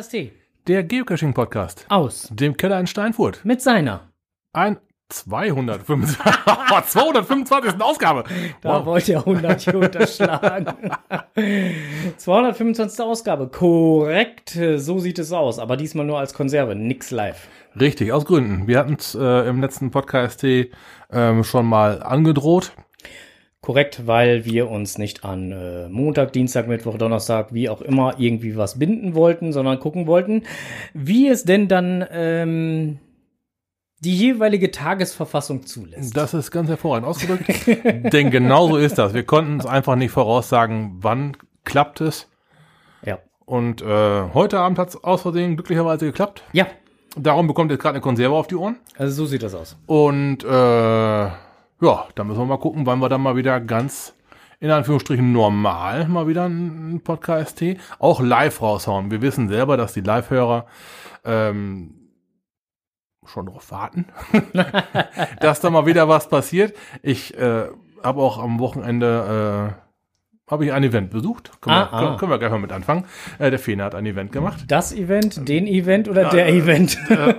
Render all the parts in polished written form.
KST. Der Geocaching-Podcast. Aus. Dem Keller in Steinfurt. Mit seiner. Ein 225. Ausgabe. Da wollt ihr 100 hier unterschlagen. 225. Ausgabe. Korrekt, so sieht es aus. Aber diesmal nur als Konserve, nix live. Richtig, aus Gründen. Wir hatten es im letzten Podcast schon mal angedroht. Korrekt, weil wir uns nicht an Montag, Dienstag, Mittwoch, Donnerstag, wie auch immer, irgendwie was binden wollten, sondern gucken wollten, wie es denn dann die jeweilige Tagesverfassung zulässt. Das ist ganz hervorragend ausgedrückt, denn genau so ist das. Wir konnten es einfach nicht voraussagen, wann klappt es. Ja. Und heute Abend hat es aus Versehen glücklicherweise geklappt. Ja. Darum bekommt ihr gerade eine Konserve auf die Ohren. Also so sieht das aus. Und ja, da müssen wir mal gucken, wann wir dann mal wieder ganz, in Anführungsstrichen, normal mal wieder einen Podcast auch live raushauen. Wir wissen selber, dass die Live-Hörer schon drauf warten, dass da mal wieder was passiert. Ich habe auch am Wochenende habe ich ein Event besucht. Können wir gleich mal mit anfangen. Der Fene hat ein Event gemacht. Das Event, den Event oder der Event?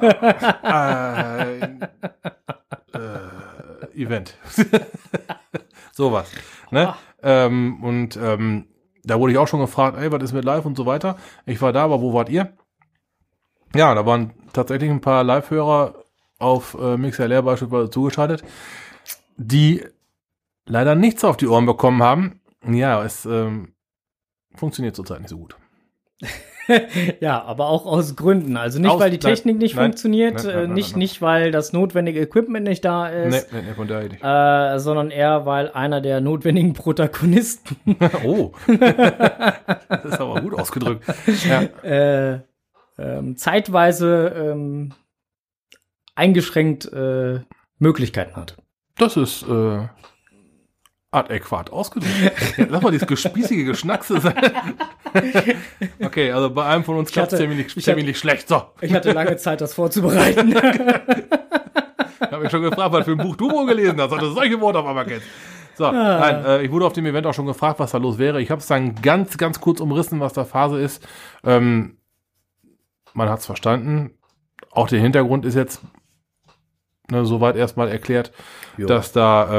Event. Sowas. Ne? Da wurde ich auch schon gefragt, ey, was ist mit live und so weiter. Ich war da, aber wo wart ihr? Ja, da waren tatsächlich ein paar Live-Hörer auf MixLR beispielsweise zugeschaltet, die leider nichts auf die Ohren bekommen haben. Ja, es funktioniert zurzeit nicht so gut. Ja, aber auch aus Gründen. Also nicht, weil die Technik nicht funktioniert, nicht, weil das notwendige Equipment nicht da ist, von daher nicht. sondern eher, weil einer der notwendigen Protagonisten Oh, das ist aber gut ausgedrückt. Ja. Zeitweise eingeschränkt Möglichkeiten hat. Das ist adäquat ausgedrückt. Lass mal dieses gespießige Geschnackse sein. Okay, also bei einem von uns klappt es ziemlich schlecht. So. Ich hatte lange Zeit, das vorzubereiten. Ich habe mich schon gefragt, was für ein Buch du wohl gelesen hast, dass du solche Worte auf einmal kennst. So, nein, ich wurde auf dem Event auch schon gefragt, was da los wäre. Ich habe es dann ganz, ganz kurz umrissen, was da Phase ist. Man hat es verstanden. Auch der Hintergrund ist jetzt soweit erstmal erklärt, dass da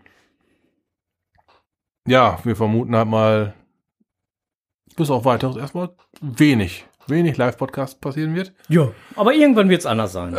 wir vermuten halt mal bis auf weiteres erstmal wenig Live-Podcast passieren wird. Ja, aber irgendwann wird es anders sein.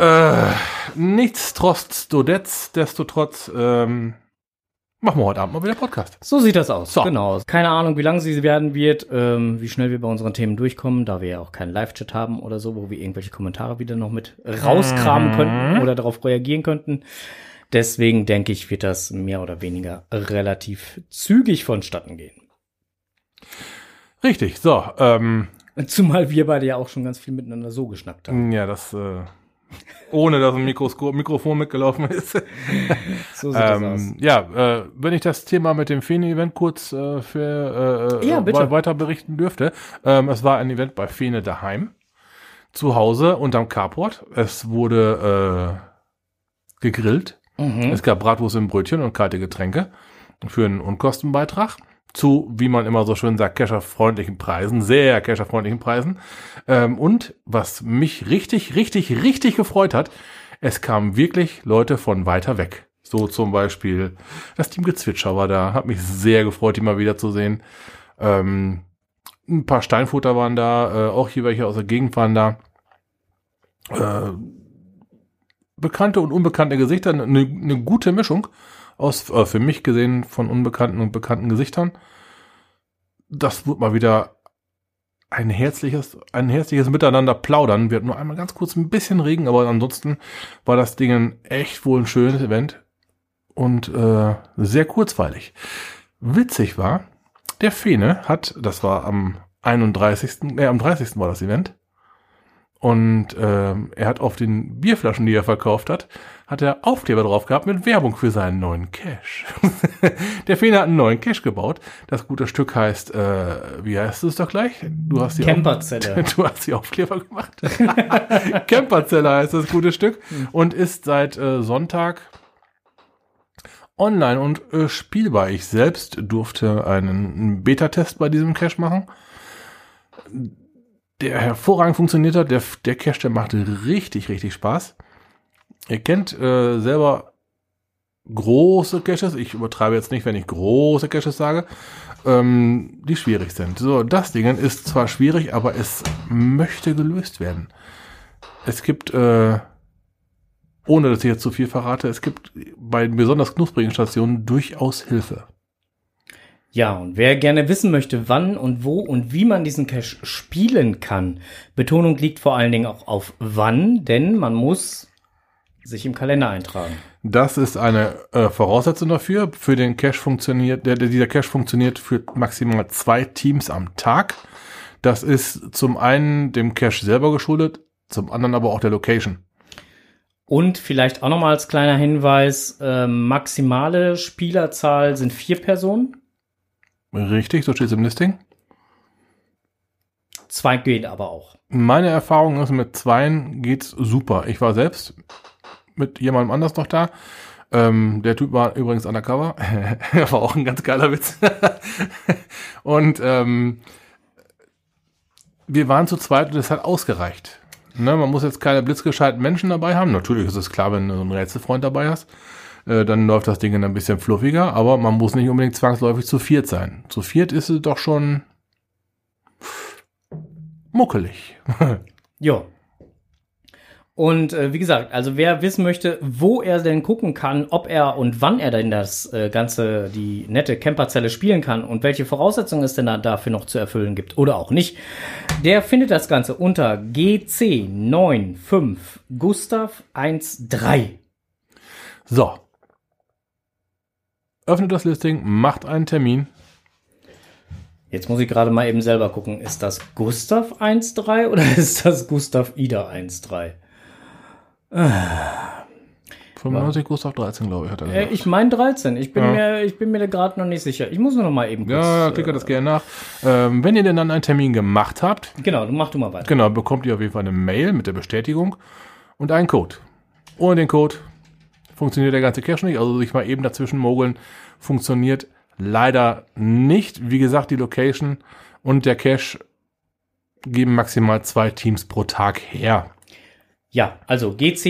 Nichtsdestotrotz machen wir heute Abend mal wieder Podcast. So sieht das aus, so. Genau. Keine Ahnung, wie lange sie werden wird, wie schnell wir bei unseren Themen durchkommen, da wir ja auch keinen Live-Chat haben oder so, wo wir irgendwelche Kommentare wieder noch mit rauskramen könnten oder darauf reagieren könnten. Deswegen denke ich, wird das mehr oder weniger relativ zügig vonstatten gehen. Richtig, so. Zumal wir beide ja auch schon ganz viel miteinander so geschnackt haben. Ja, das ohne dass ein Mikrofon mitgelaufen ist. So sieht das aus. Ja, wenn ich das Thema mit dem Fene-Event kurz weiter berichten dürfte. Es war ein Event bei Fene daheim, zu Hause unterm Carport. Es wurde gegrillt. Es gab Bratwurst im Brötchen und kalte Getränke für einen Unkostenbeitrag zu, wie man immer so schön sagt, cacherfreundlichen Preisen, sehr cacherfreundlichen Preisen. Und was mich richtig, richtig, richtig gefreut hat, es kamen wirklich Leute von weiter weg. So zum Beispiel das Team Gezwitscher war da, hat mich sehr gefreut, die mal wieder zu sehen. Ein paar Steinfurter waren da, auch hier welche aus der Gegend waren da. Bekannte und unbekannte Gesichter, eine gute Mischung aus, für mich gesehen, von unbekannten und bekannten Gesichtern. Das wird mal wieder ein herzliches Miteinander plaudern. Wir hatten nur einmal ganz kurz ein bisschen Regen, aber ansonsten war das Ding echt wohl ein schönes Event und sehr kurzweilig. Witzig war, der Fene das war am 30. war das Event. Und er hat auf den Bierflaschen, die er verkauft hat er Aufkleber drauf gehabt mit Werbung für seinen neuen Cache. Der Fene hat einen neuen Cache gebaut. Das gute Stück heißt, wie heißt es doch gleich? Du hast die Camperzelle. Du hast die Aufkleber gemacht. Camperzelle heißt das gute Stück und ist seit Sonntag online und spielbar. Ich selbst durfte einen Beta-Test bei diesem Cache machen. der hervorragend funktioniert hat. Der Cache, der macht richtig, richtig Spaß. Ihr kennt selber große Caches. Ich übertreibe jetzt nicht, wenn ich große Caches sage, die schwierig sind. So, das Ding ist zwar schwierig, aber es möchte gelöst werden. Es gibt, ohne dass ich jetzt zu viel verrate, es gibt bei besonders knusprigen Stationen durchaus Hilfe. Ja, und wer gerne wissen möchte, wann und wo und wie man diesen Cache spielen kann, Betonung liegt vor allen Dingen auch auf wann, denn man muss sich im Kalender eintragen. Das ist eine Voraussetzung dafür. Für den Cache funktioniert, dieser Cache funktioniert für maximal 2 Teams am Tag. Das ist zum einen dem Cache selber geschuldet, zum anderen aber auch der Location. Und vielleicht auch nochmal als kleiner Hinweis, maximale Spielerzahl sind 4 Personen. Richtig, so steht es im Listing. 2 geht aber auch. Meine Erfahrung ist, mit 2 geht's super. Ich war selbst mit jemandem anders noch da. Der Typ war übrigens undercover. War auch ein ganz geiler Witz. Und wir waren zu zweit und das hat ausgereicht. Ne, man muss jetzt keine blitzgescheiten Menschen dabei haben. Natürlich ist es klar, wenn du einen Rätselfreund dabei hast, dann läuft das Ding dann ein bisschen fluffiger, aber man muss nicht unbedingt zwangsläufig zu 4 sein. Zu 4 ist es doch schon muckelig. Jo. Und wie gesagt, also wer wissen möchte, wo er denn gucken kann, ob er und wann er denn das die nette Camperzelle spielen kann und welche Voraussetzungen es denn dafür noch zu erfüllen gibt oder auch nicht, der findet das Ganze unter GC95 Gustav 13. So. Öffnet das Listing, macht einen Termin. Jetzt muss ich gerade mal eben selber gucken, ist das Gustav 13 oder ist das Gustav Ida 13? 95 Gustav 13, glaube ich, hat er gesagt. Ich meine 13. Ich bin mir da gerade noch nicht sicher. Ich muss nur noch mal eben kurz... Ja, klickert das gerne nach. Wenn ihr denn dann einen Termin gemacht habt... Genau, mach du mal weiter. Genau, bekommt ihr auf jeden Fall eine Mail mit der Bestätigung und einen Code. Ohne den Code funktioniert der ganze Cache nicht. Also sich mal eben dazwischen mogeln funktioniert leider nicht. Wie gesagt, die Location und der Cache geben maximal 2 Teams pro Tag her. Ja, also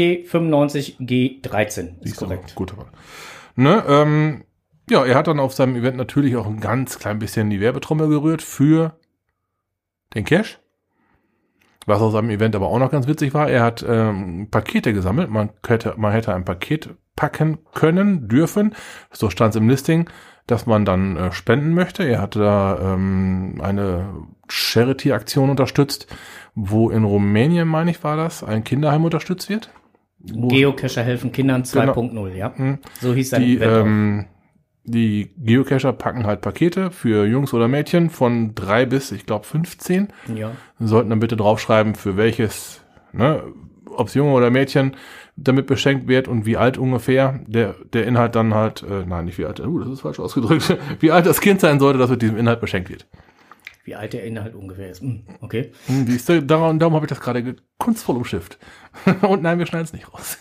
GC95G13 ist korrekt. Gut. Ne, ja, er hat dann auf seinem Event natürlich auch ein ganz klein bisschen die Werbetrommel gerührt für den Cache. Was auf seinem Event aber auch noch ganz witzig war, er hat Pakete gesammelt. Man hätte ein Paket packen können, dürfen. So stand es im Listing, dass man dann spenden möchte. Er hatte da eine Charity-Aktion unterstützt, wo in Rumänien, meine ich, war das, ein Kinderheim unterstützt wird. Geocacher helfen Kindern 2.0, ja. So hieß sein Event. Die Geocacher packen halt Pakete für Jungs oder Mädchen von 3 bis, ich glaube, 15. Ja. Sollten dann bitte draufschreiben, für welches, ne, ob es Junge oder Mädchen damit beschenkt wird und wie alt ungefähr der Inhalt dann halt, nein, nicht wie alt, das ist falsch ausgedrückt, wie alt das Kind sein sollte, das mit diesem Inhalt beschenkt wird. Wie alt der Inhalt ungefähr ist. Okay. Darum habe ich das gerade kunstvoll umschifft. Und nein, wir schneiden es nicht raus.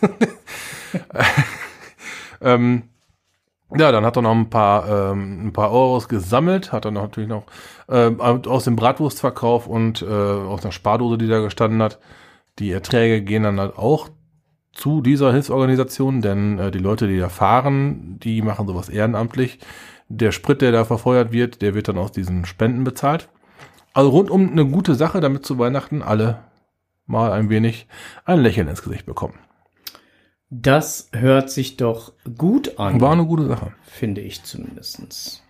Ja, dann hat er noch ein paar Euros gesammelt, hat dann natürlich noch aus dem Bratwurstverkauf und aus einer Spardose, die da gestanden hat. Die Erträge gehen dann halt auch zu dieser Hilfsorganisation, denn die Leute, die da fahren, die machen sowas ehrenamtlich. Der Sprit, der da verfeuert wird, der wird dann aus diesen Spenden bezahlt. Also rundum eine gute Sache, damit zu Weihnachten alle mal ein wenig ein Lächeln ins Gesicht bekommen. Das hört sich doch gut an. War eine gute Sache. Finde ich zumindest.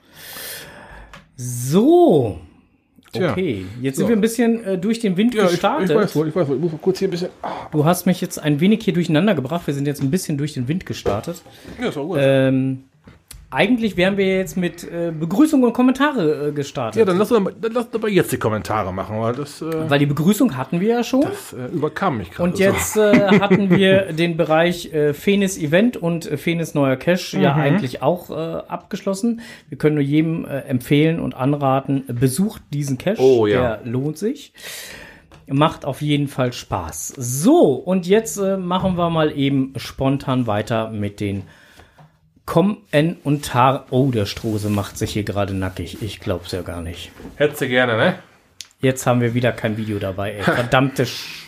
So. Okay, jetzt sind wir ein bisschen durch den Wind gestartet. Ich weiß wohl, ich muss mal kurz hier ein bisschen... Du hast mich jetzt ein wenig hier durcheinander gebracht. Wir sind jetzt ein bisschen durch den Wind gestartet. Ja, ist auch gut. Eigentlich wären wir jetzt mit Begrüßung und Kommentare gestartet. Ja, dann lass aber jetzt die Kommentare machen, weil das... weil die Begrüßung hatten wir ja schon. Das überkam mich gerade. Und jetzt hatten wir den Bereich Fenis Event und Fenis neuer Cache ja eigentlich auch abgeschlossen. Wir können nur jedem empfehlen und anraten, besucht diesen Cache, der lohnt sich. Macht auf jeden Fall Spaß. So, und jetzt machen wir mal eben spontan weiter mit den Kommentare. Oh, der Strose macht sich hier gerade nackig. Ich glaub's ja gar nicht. Hättest du gerne, ne? Jetzt haben wir wieder kein Video dabei, ey. Verdammte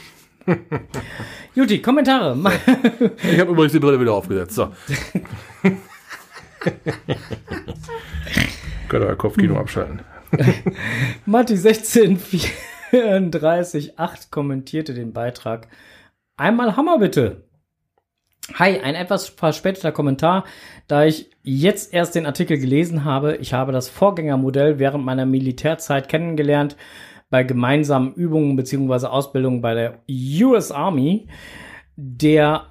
Juti, Kommentare. Ich habe übrigens die Brille wieder aufgesetzt. So. Könnt ihr euer Kopfkino abschalten. Matti 1634 kommentierte den Beitrag. Einmal Hammer bitte. Hi, ein etwas verspäteter Kommentar, da ich jetzt erst den Artikel gelesen habe. Ich habe das Vorgängermodell während meiner Militärzeit kennengelernt, bei gemeinsamen Übungen bzw. Ausbildungen bei der US Army. Der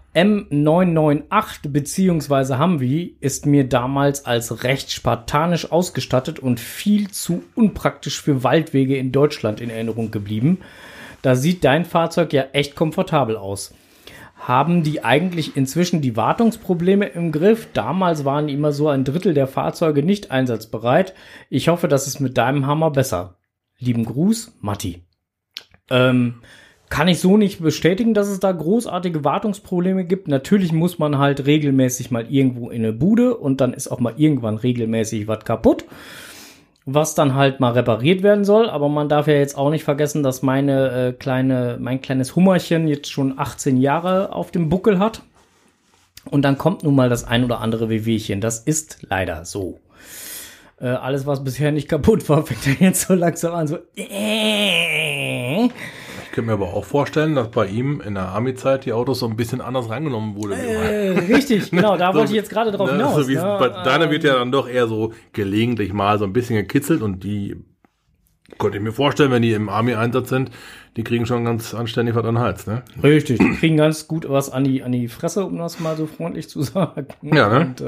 M998 bzw. Humvee ist mir damals als recht spartanisch ausgestattet und viel zu unpraktisch für Waldwege in Deutschland in Erinnerung geblieben. Da sieht dein Fahrzeug ja echt komfortabel aus. Haben die eigentlich inzwischen die Wartungsprobleme im Griff? Damals waren immer so 1/3 der Fahrzeuge nicht einsatzbereit. Ich hoffe, das ist mit deinem Hammer besser. Lieben Gruß, Matti. Kann ich so nicht bestätigen, dass es da großartige Wartungsprobleme gibt. Natürlich muss man halt regelmäßig mal irgendwo in eine Bude und dann ist auch mal irgendwann regelmäßig was kaputt, was dann halt mal repariert werden soll. Aber man darf ja jetzt auch nicht vergessen, dass mein kleines Hummerchen jetzt schon 18 Jahre auf dem Buckel hat. Und dann kommt nun mal das ein oder andere Wehwehchen. Das ist leider so. Alles, was bisher nicht kaputt war, fängt ja jetzt so langsam an, so. Ich könnte mir aber auch vorstellen, dass bei ihm in der Army-Zeit die Autos so ein bisschen anders rangenommen wurden. Richtig, genau, da wollte ich jetzt gerade drauf hinaus. So wie bei deiner wird ja dann doch eher so gelegentlich mal so ein bisschen gekitzelt und die konnte ich mir vorstellen, wenn die im Army-Einsatz sind, die kriegen schon ganz anständig was an den Hals, ne? Richtig, die kriegen ganz gut was an die Fresse, um das mal so freundlich zu sagen. Ja, ne? Und,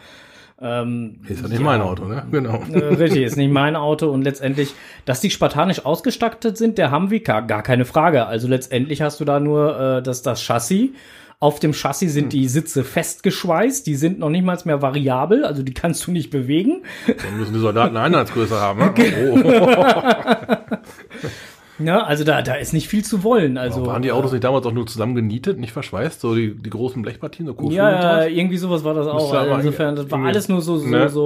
ist ja nicht mein Auto, ne? Genau. Richtig, ist nicht mein Auto und letztendlich, dass die spartanisch ausgestattet sind, der Humvee, gar keine Frage. Also letztendlich hast du da nur das Chassis. Auf dem Chassis sind die Sitze festgeschweißt, die sind noch nicht mal mehr variabel, also die kannst du nicht bewegen. Dann müssen die Soldaten eine Einheitsgröße haben, ne? Oh. Ja, also da ist nicht viel zu wollen. Also waren die Autos nicht damals auch nur zusammen genietet, nicht verschweißt? So die großen Blechpartien, so Kotflügel? Ja, irgendwie sowas war das auch. Also insofern, das war alles nur so.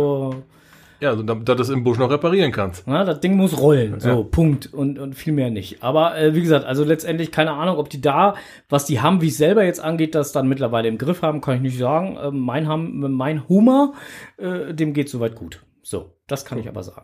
Ja, also, dass du es im Busch noch reparieren kannst. Ja, das Ding muss rollen, so, ja. Punkt. Und viel mehr nicht. Aber wie gesagt, also letztendlich keine Ahnung, ob die da, was die Humvees selber jetzt angeht, das dann mittlerweile im Griff haben, kann ich nicht sagen. Mein Hummer, dem geht soweit gut. So, das kann ich aber sagen.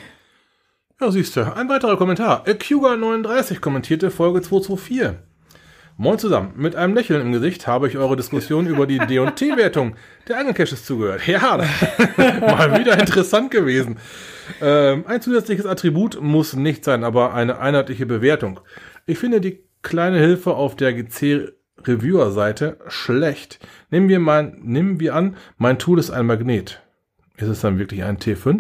Ja, siehst du. Ein weiterer Kommentar. Akuga39 kommentierte Folge 224. Moin zusammen. Mit einem Lächeln im Gesicht habe ich eure Diskussion über die D&T-Wertung der Angelcaches zugehört. Ja, mal wieder interessant gewesen. Ein zusätzliches Attribut muss nicht sein, aber eine einheitliche Bewertung. Ich finde die kleine Hilfe auf der GC-Reviewer-Seite schlecht. Nehmen wir an, mein Tool ist ein Magnet. Ist es dann wirklich ein T5?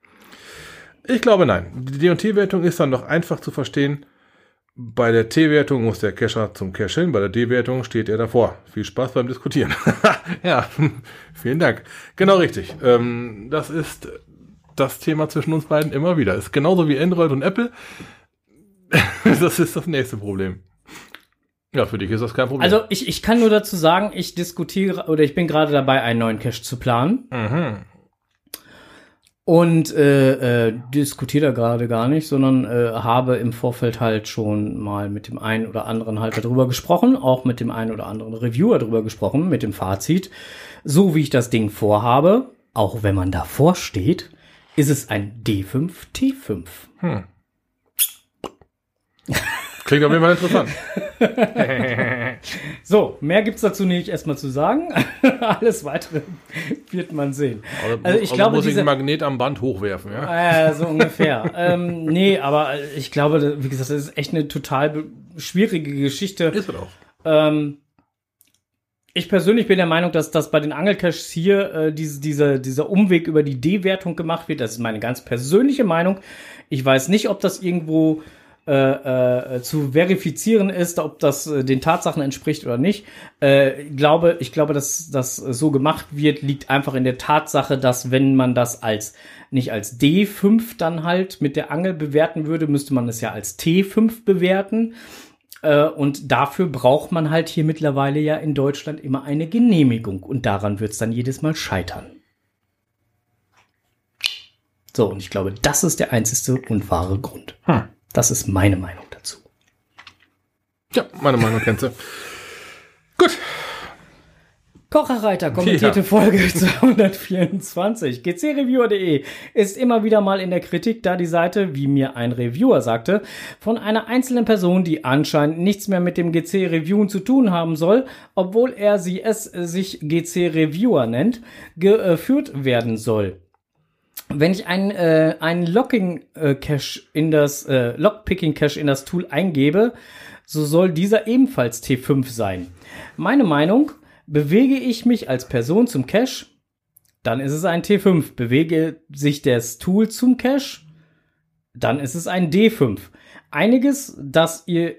Ich glaube nein. Die D&T-Wertung ist dann doch einfach zu verstehen. Bei der T-Wertung muss der Cacher zum Cache hin, bei der D-Wertung steht er davor. Viel Spaß beim Diskutieren. Ja, vielen Dank. Genau richtig. Das ist das Thema zwischen uns beiden immer wieder. Ist genauso wie Android und Apple. Das ist das nächste Problem. Ja, für dich ist das kein Problem. Also ich kann nur dazu sagen, ich bin gerade dabei, einen neuen Cache zu planen. Mhm. Und diskutiere da gerade gar nicht, sondern habe im Vorfeld halt schon mal mit dem einen oder anderen halt darüber gesprochen, auch mit dem einen oder anderen Reviewer darüber gesprochen, mit dem Fazit. So wie ich das Ding vorhabe, auch wenn man davor steht, ist es ein D5 T5. Klingt auf jeden Fall interessant. So, mehr gibt's dazu nicht erstmal zu sagen. Alles weitere wird man sehen. Also ich glaube, muss ich ein Magnet am Band hochwerfen, ja? So ungefähr. Nee, aber ich glaube, wie gesagt, das ist echt eine total schwierige Geschichte. Ist es auch. Ich persönlich bin der Meinung, dass das bei den Angelcaches hier dieser Umweg über die D-Wertung gemacht wird. Das ist meine ganz persönliche Meinung. Ich weiß nicht, ob das irgendwo zu verifizieren ist, ob das den Tatsachen entspricht oder nicht. Ich glaube, dass das so gemacht wird, liegt einfach in der Tatsache, dass wenn man das nicht als D5 dann halt mit der Angel bewerten würde, müsste man es ja als T5 bewerten. Und dafür braucht man halt hier mittlerweile ja in Deutschland immer eine Genehmigung. Und daran wird es dann jedes Mal scheitern. So, und ich glaube, das ist der einzigste und wahre Grund. Das ist meine Meinung dazu. Ja, meine Meinung kennst du. Gut. Kocherreiter kommentierte Folge 224. gcreviewer.de ist immer wieder mal in der Kritik, da die Seite, wie mir ein Reviewer sagte, von einer einzelnen Person, die anscheinend nichts mehr mit dem GC-Reviewen zu tun haben soll, obwohl er sich GC-Reviewer nennt, geführt werden soll. Wenn ich einen Lockpicking-Cache in das Tool eingebe, so soll dieser ebenfalls T5 sein. Meine Meinung: Bewege ich mich als Person zum Cache, dann ist es ein T5. Bewege sich das Tool zum Cache, dann ist es ein D5. Einiges, das ihr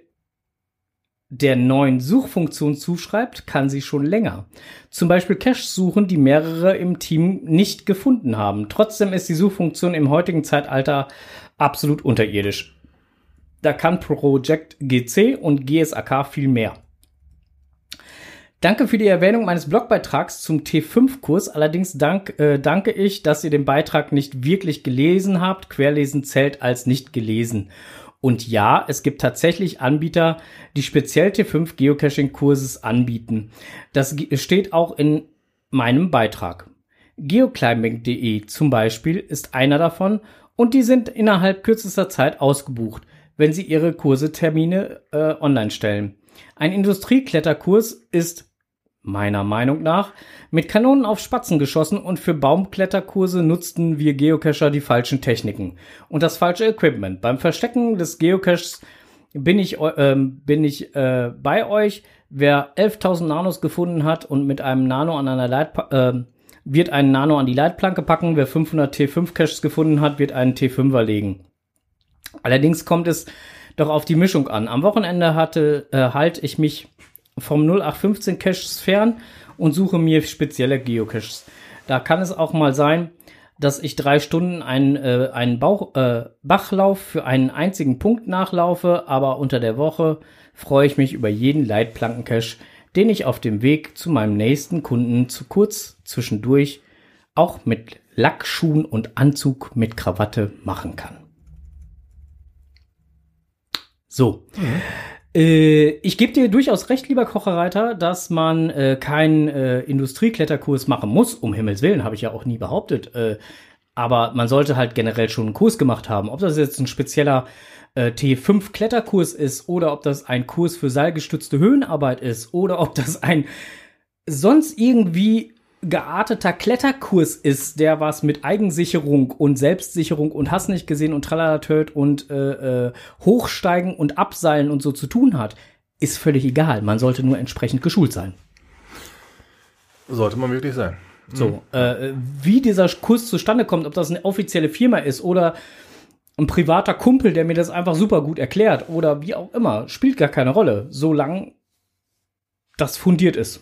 der neuen Suchfunktion zuschreibt, kann sie schon länger. Zum Beispiel Caches suchen, die mehrere im Team nicht gefunden haben. Trotzdem ist die Suchfunktion im heutigen Zeitalter absolut unterirdisch. Da kann Project GC und GSAK viel mehr. Danke für die Erwähnung meines Blogbeitrags zum T5-Kurs. Allerdings danke ich, dass ihr den Beitrag nicht wirklich gelesen habt. Querlesen zählt als nicht gelesen. Und ja, es gibt tatsächlich Anbieter, die speziell T5 Geocaching-Kurses anbieten. Das steht auch in meinem Beitrag. Geoclimbing.de zum Beispiel ist einer davon und die sind innerhalb kürzester Zeit ausgebucht, wenn sie ihre Kursetermine online stellen. Ein Industriekletterkurs ist meiner Meinung nach mit Kanonen auf Spatzen geschossen und für Baumkletterkurse nutzten wir Geocacher die falschen Techniken und das falsche Equipment. Beim Verstecken des Geocaches bin ich bei euch. Wer 11.000 Nanos gefunden hat und mit einem Nano an einer wird einen Nano an die Leitplanke packen. Wer 500 T5-Caches gefunden hat, wird einen T5er legen. Allerdings kommt es doch auf die Mischung an. Am Wochenende halte ich mich vom 0815 Caches fern und suche mir spezielle Geocaches. Da kann es auch mal sein, dass ich 3 Stunden einen Bachlauf für einen einzigen Punkt nachlaufe, aber unter der Woche freue ich mich über jeden Leitplanken-Cache, den ich auf dem Weg zu meinem nächsten Kunden zu kurz zwischendurch auch mit Lackschuhen und Anzug mit Krawatte machen kann. So. Ich gebe dir durchaus recht, lieber Kocherreiter, dass man keinen Industriekletterkurs machen muss. Um Himmels Willen, habe ich ja auch nie behauptet. Aber man sollte halt generell schon einen Kurs gemacht haben. Ob das jetzt ein spezieller T5-Kletterkurs ist oder ob das ein Kurs für seilgestützte Höhenarbeit ist oder ob das ein sonst irgendwie gearteter Kletterkurs ist, der was mit Eigensicherung und Selbstsicherung und hast nicht gesehen und tralalatöt und Hochsteigen und Abseilen und so zu tun hat, ist völlig egal. Man sollte nur entsprechend geschult sein. Sollte man wirklich sein. So, wie dieser Kurs zustande kommt, ob das eine offizielle Firma ist oder ein privater Kumpel, der mir das einfach super gut erklärt oder wie auch immer, spielt gar keine Rolle, solange das fundiert ist.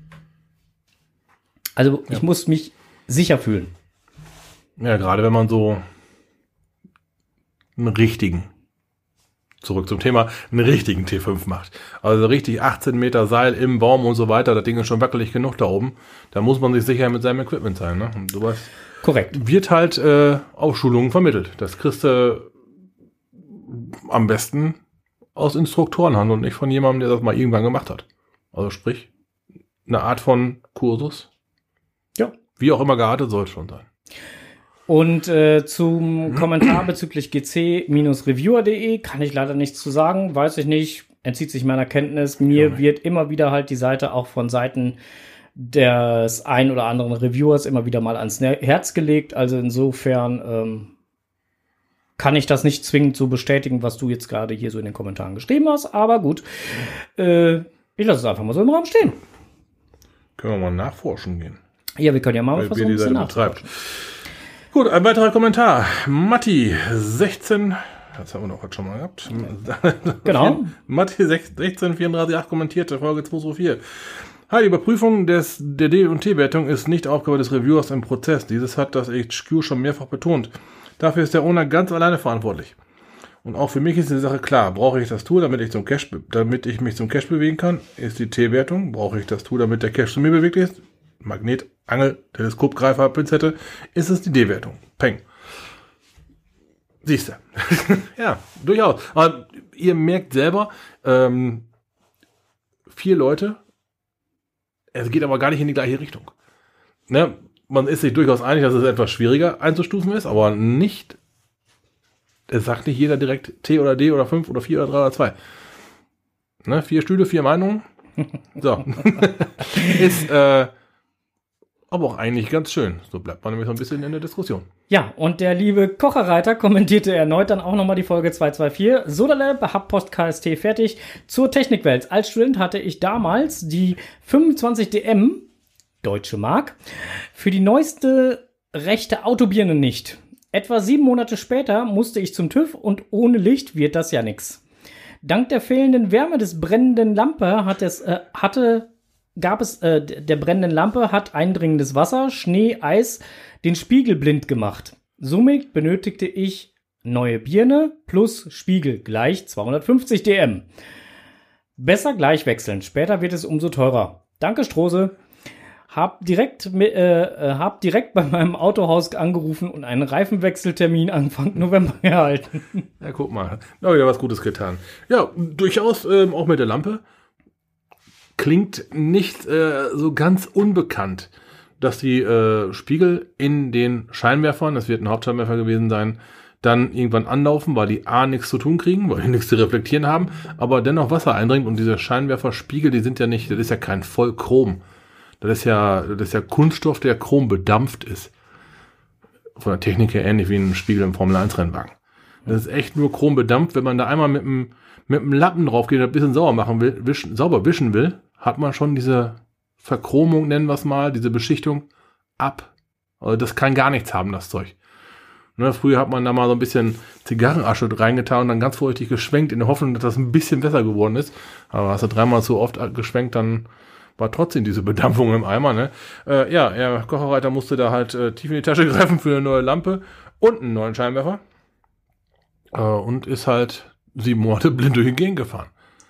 Also ich muss mich sicher fühlen. Ja, gerade wenn man so einen richtigen, zurück zum Thema, einen richtigen T5 macht. Also richtig 18 Meter Seil im Baum und so weiter, das Ding ist schon wackelig genug da oben. Da muss man sich sicher mit seinem Equipment sein. Ne? Und sowas korrekt. Wird halt auf Schulungen vermittelt. Das kriegst du am besten aus Instruktorenhand und nicht von jemandem, der das mal irgendwann gemacht hat. Also sprich, eine Art von Kursus. Ja. Wie auch immer geartet, soll schon sein. Und zum Kommentar bezüglich gc-reviewer.de kann ich leider nichts zu sagen. Weiß ich nicht, entzieht sich meiner Kenntnis. Mir wird immer wieder halt die Seite auch von Seiten des ein oder anderen Reviewers immer wieder mal ans Herz gelegt. Also insofern kann ich das nicht zwingend so bestätigen, was du jetzt gerade hier so in den Kommentaren geschrieben hast. Aber gut, ich lasse es einfach mal so im Raum stehen. Können wir mal nachforschen gehen. Ja, wir können ja mal versuchen, die Seite betreibt. Gut, ein weiterer Kommentar. Matti, 16, das haben wir doch heute schon mal gehabt. Genau. Matti, 1634 kommentierte Folge 224. Hi, die Überprüfung der D&T-Wertung ist nicht Aufgabe des Reviewers im Prozess. Dieses hat das HQ schon mehrfach betont. Dafür ist der Owner ganz alleine verantwortlich. Und auch für mich ist die Sache klar. Brauche ich das Tool, damit ich mich zum Cache bewegen kann? Ist die T-Wertung. Brauche ich das Tool, damit der Cache zu mir bewegt ist? Magnet, Angel, Teleskopgreifer, Pinzette, ist es die D-Wertung. Peng. Siehst du. Ja, durchaus. Aber ihr merkt selber, 4 Leute, es geht aber gar nicht in die gleiche Richtung. Ne? Man ist sich durchaus einig, dass es etwas schwieriger einzustufen ist, aber nicht, es sagt nicht jeder direkt T oder D oder 5 oder 4 oder 3 oder 2. Ne? 4 Stühle, 4 Meinungen. So. Ist aber auch eigentlich ganz schön. So bleibt man nämlich so ein bisschen in der Diskussion. Ja, und der liebe Kocherreiter kommentierte erneut dann auch nochmal die Folge 224. Sodalab, hab Post KST fertig. Zur Technikwelt. Als Student hatte ich damals die 25 DM, Deutsche Mark, für die neueste rechte Autobirne nicht. Etwa 7 Monate später musste ich zum TÜV und ohne Licht wird das ja nix. Dank der fehlenden Wärme des brennenden Lampe der brennenden Lampe hat eindringendes Wasser, Schnee, Eis den Spiegel blind gemacht. Somit benötigte ich neue Birne plus Spiegel gleich 250 DM. Besser gleich wechseln, später wird es umso teurer. Danke, Strose. Hab direkt bei meinem Autohaus angerufen und einen Reifenwechseltermin Anfang November erhalten. Ja, guck mal. Da habe ich ja was Gutes getan. Ja, durchaus auch mit der Lampe. Klingt nicht so ganz unbekannt, dass die Spiegel in den Scheinwerfern, das wird ein Hauptscheinwerfer gewesen sein, dann irgendwann anlaufen, weil die A nichts zu tun kriegen, weil die nichts zu reflektieren haben, aber dennoch Wasser eindringt und diese Scheinwerferspiegel, die sind ja nicht, das ist ja kein Vollchrom. Das ist ja Kunststoff, der chrombedampft ist. Von der Technik her ähnlich wie ein Spiegel im Formel-1-Rennwagen. Das ist echt nur chrombedampft. Wenn man da einmal mit einem Lappen drauf geht und ein bisschen sauber wischen will, hat man schon diese Verchromung, nennen wir es mal, diese Beschichtung ab. Also das kann gar nichts haben, das Zeug. Ne, früher hat man da mal so ein bisschen Zigarrenasche reingetan und dann ganz vorsichtig geschwenkt, in der Hoffnung, dass das ein bisschen besser geworden ist. Aber hast du 3-mal so oft geschwenkt, dann war trotzdem diese Bedampfung im Eimer. Ne? Ja, der Kocherreiter musste da halt tief in die Tasche greifen für eine neue Lampe und einen neuen Scheinwerfer. Und ist halt 7 Monate blind durch die Gegend gefahren.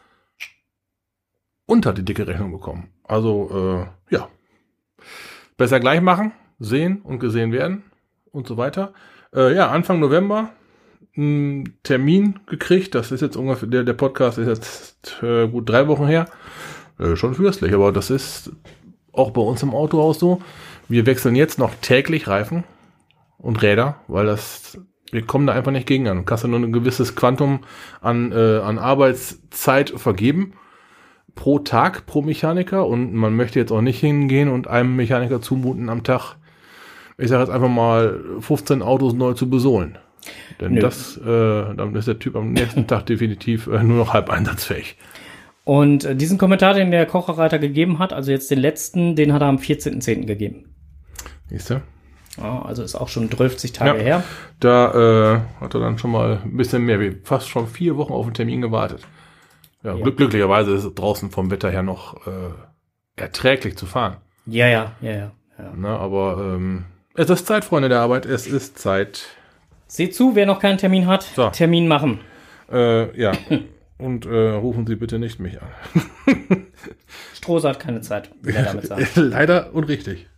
Und hat die dicke Rechnung bekommen. Also, ja. Besser gleich machen, sehen und gesehen werden und so weiter. Ja, Anfang November einen Termin gekriegt. Das ist jetzt ungefähr, der Podcast ist jetzt gut 3 Wochen her. Schon fürstlich, aber das ist auch bei uns im Autohaus so. Wir wechseln jetzt noch täglich Reifen und Räder, weil wir kommen da einfach nicht gegen an. Du kannst ja nur ein gewisses Quantum an Arbeitszeit vergeben pro Tag, pro Mechaniker, und man möchte jetzt auch nicht hingehen und einem Mechaniker zumuten am Tag, ich sage jetzt einfach mal, 15 Autos neu zu besohlen. Denn dann ist der Typ am nächsten Tag definitiv nur noch halb einsatzfähig. Und diesen Kommentar, den der Kocherreiter gegeben hat, also jetzt den letzten, den hat er am 14.10. gegeben. Siehst du? Ja, also ist auch schon 12 Tage her. Da hat er dann schon mal ein bisschen mehr, wie fast schon 4 Wochen auf den Termin gewartet. Ja. Glücklicherweise ist es draußen vom Wetter her noch erträglich zu fahren. Ja. Na, aber es ist Zeit, Freunde der Arbeit, es ist Zeit. Seht zu, wer noch keinen Termin hat, Termin machen. Ja. Und rufen Sie bitte nicht mich an. Strose hat keine Zeit, will er damit sagen. Leider und richtig.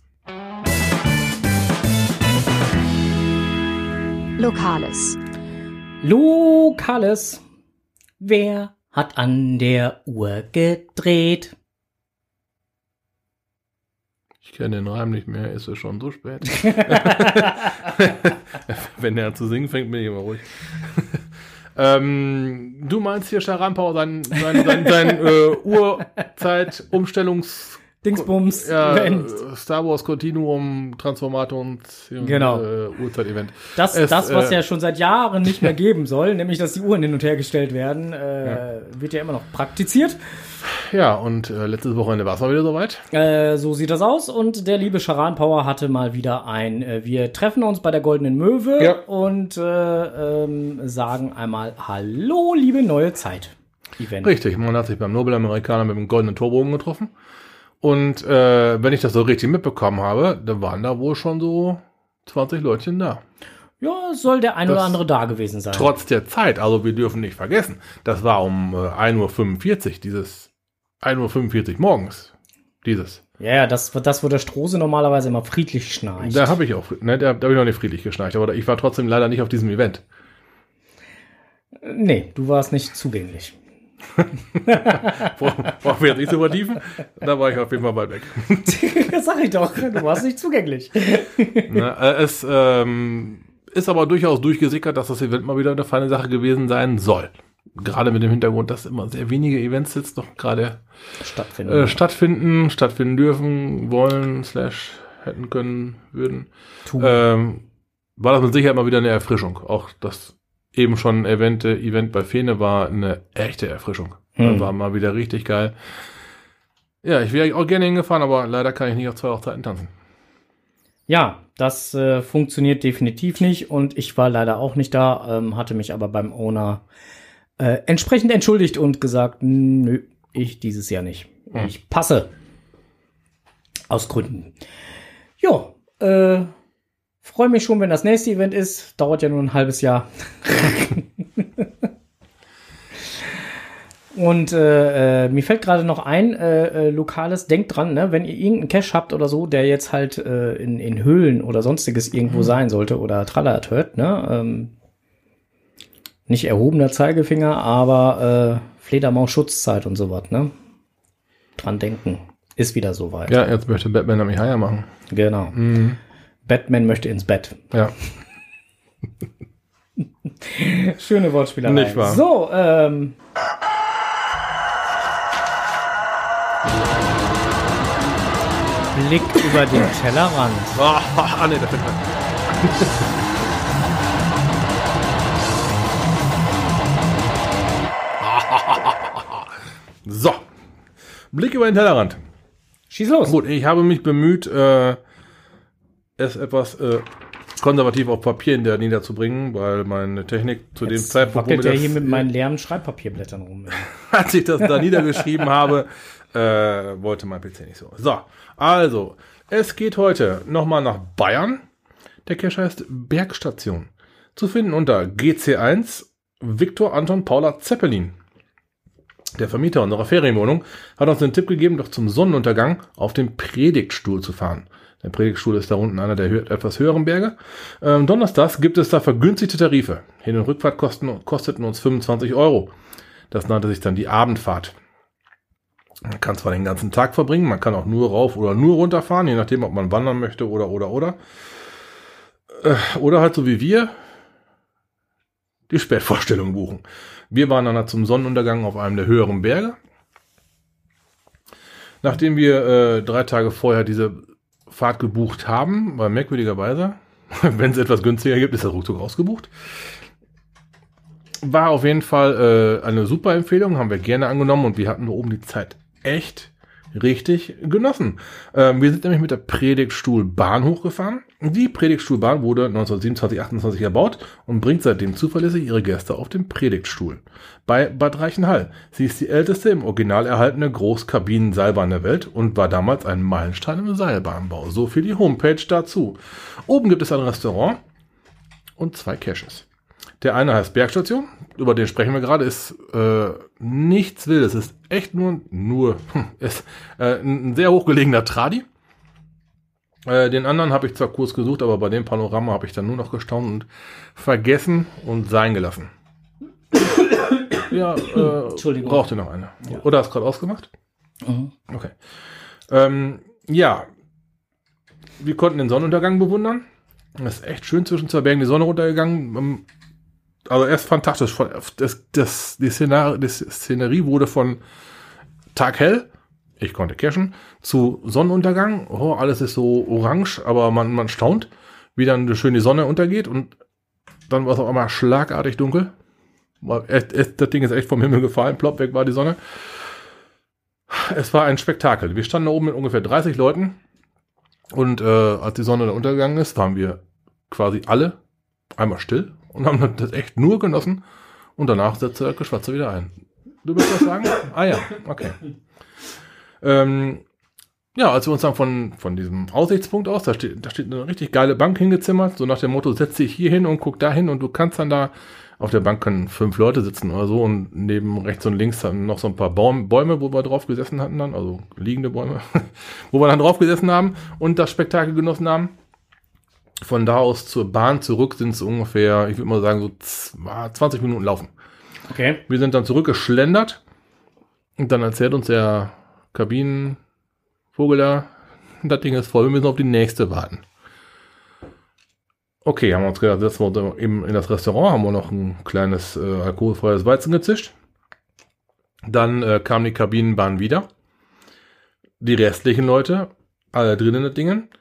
Lokales. Wer hat an der Uhr gedreht? Ich kenne den Reim nicht mehr, ist es schon so spät. Wenn der zu singen fängt, bin ich immer ruhig. Du meinst hier Scharampau, sein Uhrzeit-Umstellungs- Dingsbums, Event. Star Wars Continuum, Transformations Uhrzeit-Event. Das, was ja schon seit Jahren nicht mehr geben soll, nämlich, dass die Uhren hin und her gestellt werden, wird ja immer noch praktiziert. Ja, und letztes Wochenende war es mal wieder soweit. So sieht das aus. Und der liebe Charan-Power hatte mal wieder wir treffen uns bei der Goldenen Möwe und sagen einmal Hallo, liebe neue Zeit-Event. Richtig, man hat sich beim Nobel-Amerikaner mit dem goldenen Torbogen getroffen. Und wenn ich das so richtig mitbekommen habe, dann waren da wohl schon so 20 Leutchen da. Ja, soll der ein oder andere da gewesen sein. Trotz der Zeit, also wir dürfen nicht vergessen, das war um 1.45 Uhr, 1.45 Uhr morgens, Ja, das, wo der Strose normalerweise immer friedlich schnarcht. Da habe ich auch, ne, da habe ich noch nicht friedlich geschnarcht, aber ich war trotzdem leider nicht auf diesem Event. Nee, du warst nicht zugänglich. Brauchen wir jetzt nicht zu vertiefen? Da war ich auf jeden Fall bald weg. Das sag ich doch, du warst nicht zugänglich. Na, es ist aber durchaus durchgesickert, dass das Event mal wieder eine feine Sache gewesen sein soll. Gerade mit dem Hintergrund, dass immer sehr wenige Events jetzt noch gerade stattfinden dürfen, wollen, / hätten können, würden. War das mit Sicherheit mal wieder eine Erfrischung. Auch das eben schon erwähnte Event bei Fene war eine echte Erfrischung. War mal wieder richtig geil. Ja, ich wäre auch gerne hingefahren, aber leider kann ich nicht auf 2 Hochzeiten tanzen. Ja, das funktioniert definitiv nicht und ich war leider auch nicht da, hatte mich aber beim Owner entsprechend entschuldigt und gesagt, nö, ich dieses Jahr nicht. Ich passe. Aus Gründen. Jo, freue mich schon, wenn das nächste Event ist. Dauert ja nur ein halbes Jahr. Und mir fällt gerade noch ein, Lokales, denkt dran, ne, wenn ihr irgendeinen Cache habt oder so, der jetzt halt in Höhlen oder sonstiges irgendwo sein sollte oder trallert hört, ne, nicht erhobener Zeigefinger, aber Fledermaus-Schutzzeit und sowas, ne? Dran denken. Ist wieder soweit. Ja, jetzt möchte Batman nämlich Haier machen. Genau. Batman möchte ins Bett. Ja. Schöne Wortspielerei. Nicht wahr? So, Blick über den Tellerrand. Nee, da fällt So. Blick über den Tellerrand. Schieß los. Gut, ich habe mich bemüht, es etwas konservativ auf Papier niederzubringen, weil meine Technik zu dem Zeitpunkt, wackelt der hier mit meinen leeren Schreibpapierblättern rum. als ich das da niedergeschrieben habe, wollte mein PC nicht so. So, also, es geht heute nochmal nach Bayern. Der Cache heißt Bergstation. Zu finden unter GC1 Victor Anton Paula Zeppelin. Der Vermieter unserer Ferienwohnung hat uns den Tipp gegeben, doch zum Sonnenuntergang auf dem Predigtstuhl zu fahren. Der Predigtstuhl ist da unten einer der etwas höheren Berge. Donnerstags gibt es da vergünstigte Tarife. Hin- und Rückfahrt kosteten uns 25 €. Das nannte sich dann die Abendfahrt. Man kann zwar den ganzen Tag verbringen, man kann auch nur rauf oder nur runter fahren, je nachdem, ob man wandern möchte oder. Oder halt so wie wir die Spätvorstellung buchen. Wir waren dann zum Sonnenuntergang auf einem der höheren Berge. Nachdem wir 3 Tage vorher diese Fahrt gebucht haben, weil merkwürdigerweise, wenn es etwas günstiger gibt, ist das ruckzuck ausgebucht. War auf jeden Fall eine super Empfehlung, haben wir gerne angenommen und wir hatten da oben die Zeit echt richtig genossen. Wir sind nämlich mit der Predigtstuhlbahn hochgefahren. Die Predigtstuhlbahn wurde 1927/28 erbaut und bringt seitdem zuverlässig ihre Gäste auf den Predigtstuhl. Bei Bad Reichenhall. Sie ist die älteste im Original erhaltene Großkabinen-Seilbahn der Welt und war damals ein Meilenstein im Seilbahnbau. So viel die Homepage dazu. Oben gibt es ein Restaurant und 2 Caches. Der eine heißt Bergstation, über den sprechen wir gerade, ist nichts Wildes, ist echt ist ein sehr hochgelegener Tradi. Den anderen habe ich zwar kurz gesucht, aber bei dem Panorama habe ich dann nur noch gestaunt und vergessen und sein gelassen. Ja, Entschuldigung. Braucht ihr noch eine? Ja. Oder hast du gerade ausgemacht? Mhm. Okay. Ja, wir konnten den Sonnenuntergang bewundern. Das ist echt schön, zwischen 2 Bergen die Sonne runtergegangen. Also erst fantastisch. Die Szenerie wurde von Tag hell, ich konnte cachen, zu Sonnenuntergang. Oh, alles ist so orange, aber man staunt, wie dann schön die Sonne untergeht und dann war es auf einmal schlagartig dunkel. Das Ding ist echt vom Himmel gefallen, plopp, weg war die Sonne. Es war ein Spektakel. Wir standen da oben mit ungefähr 30 Leuten und als die Sonne da untergegangen ist, waren wir quasi alle einmal still und haben das echt nur genossen und danach setzte das Geschwatze wieder ein. Du willst was sagen? Ah ja, okay. Ja, als wir uns dann von diesem Aussichtspunkt aus, da steht eine richtig geile Bank hingezimmert, so nach dem Motto, setz dich hier hin und guck da hin und du kannst dann da Auf der Bank können 5 Leute sitzen oder so und neben rechts und links dann noch so ein paar Bäume, wo wir drauf gesessen hatten dann, also liegende Bäume, wo wir dann drauf gesessen haben und das Spektakel genossen haben. Von da aus zur Bahn zurück sind es ungefähr, ich würde mal sagen, so 20 Minuten laufen. Okay. Wir sind dann zurückgeschlendert und dann erzählt uns der Kabinenvogel da, das Ding ist voll, wir müssen auf die nächste warten. Okay, haben wir uns gedacht, setzen wir uns eben in das Restaurant, haben wir noch ein kleines alkoholfreies Weizen gezischt. Dann kam die Kabinenbahn wieder. Die restlichen Leute, alle drin in das Ding.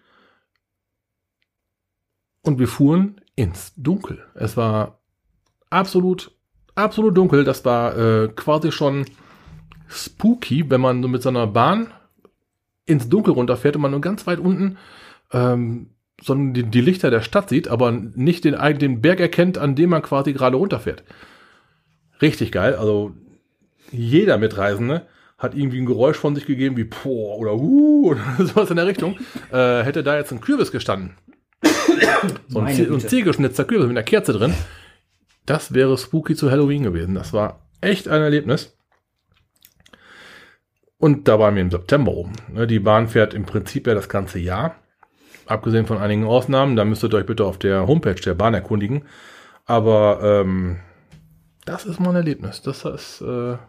Und wir fuhren ins Dunkel. Es war absolut dunkel. Das war quasi schon spooky, wenn man so mit so einer Bahn ins Dunkel runterfährt und man nur ganz weit unten sondern die Lichter der Stadt sieht, aber nicht den Berg erkennt, an dem man quasi gerade runterfährt. Richtig geil. Also jeder Mitreisende hat irgendwie ein Geräusch von sich gegeben, wie Poh oder oder sowas in der Richtung. Hätte da jetzt ein Kürbis gestanden. So ein zielgeschnitzter Kürbis mit einer Kerze drin. Das wäre spooky zu Halloween gewesen. Das war echt ein Erlebnis. Und da waren wir im September oben. Die Bahn fährt im Prinzip ja das ganze Jahr. Abgesehen von einigen Ausnahmen, da müsstet ihr euch bitte auf der Homepage der Bahn erkundigen. Aber das ist mal ein Erlebnis. Das ist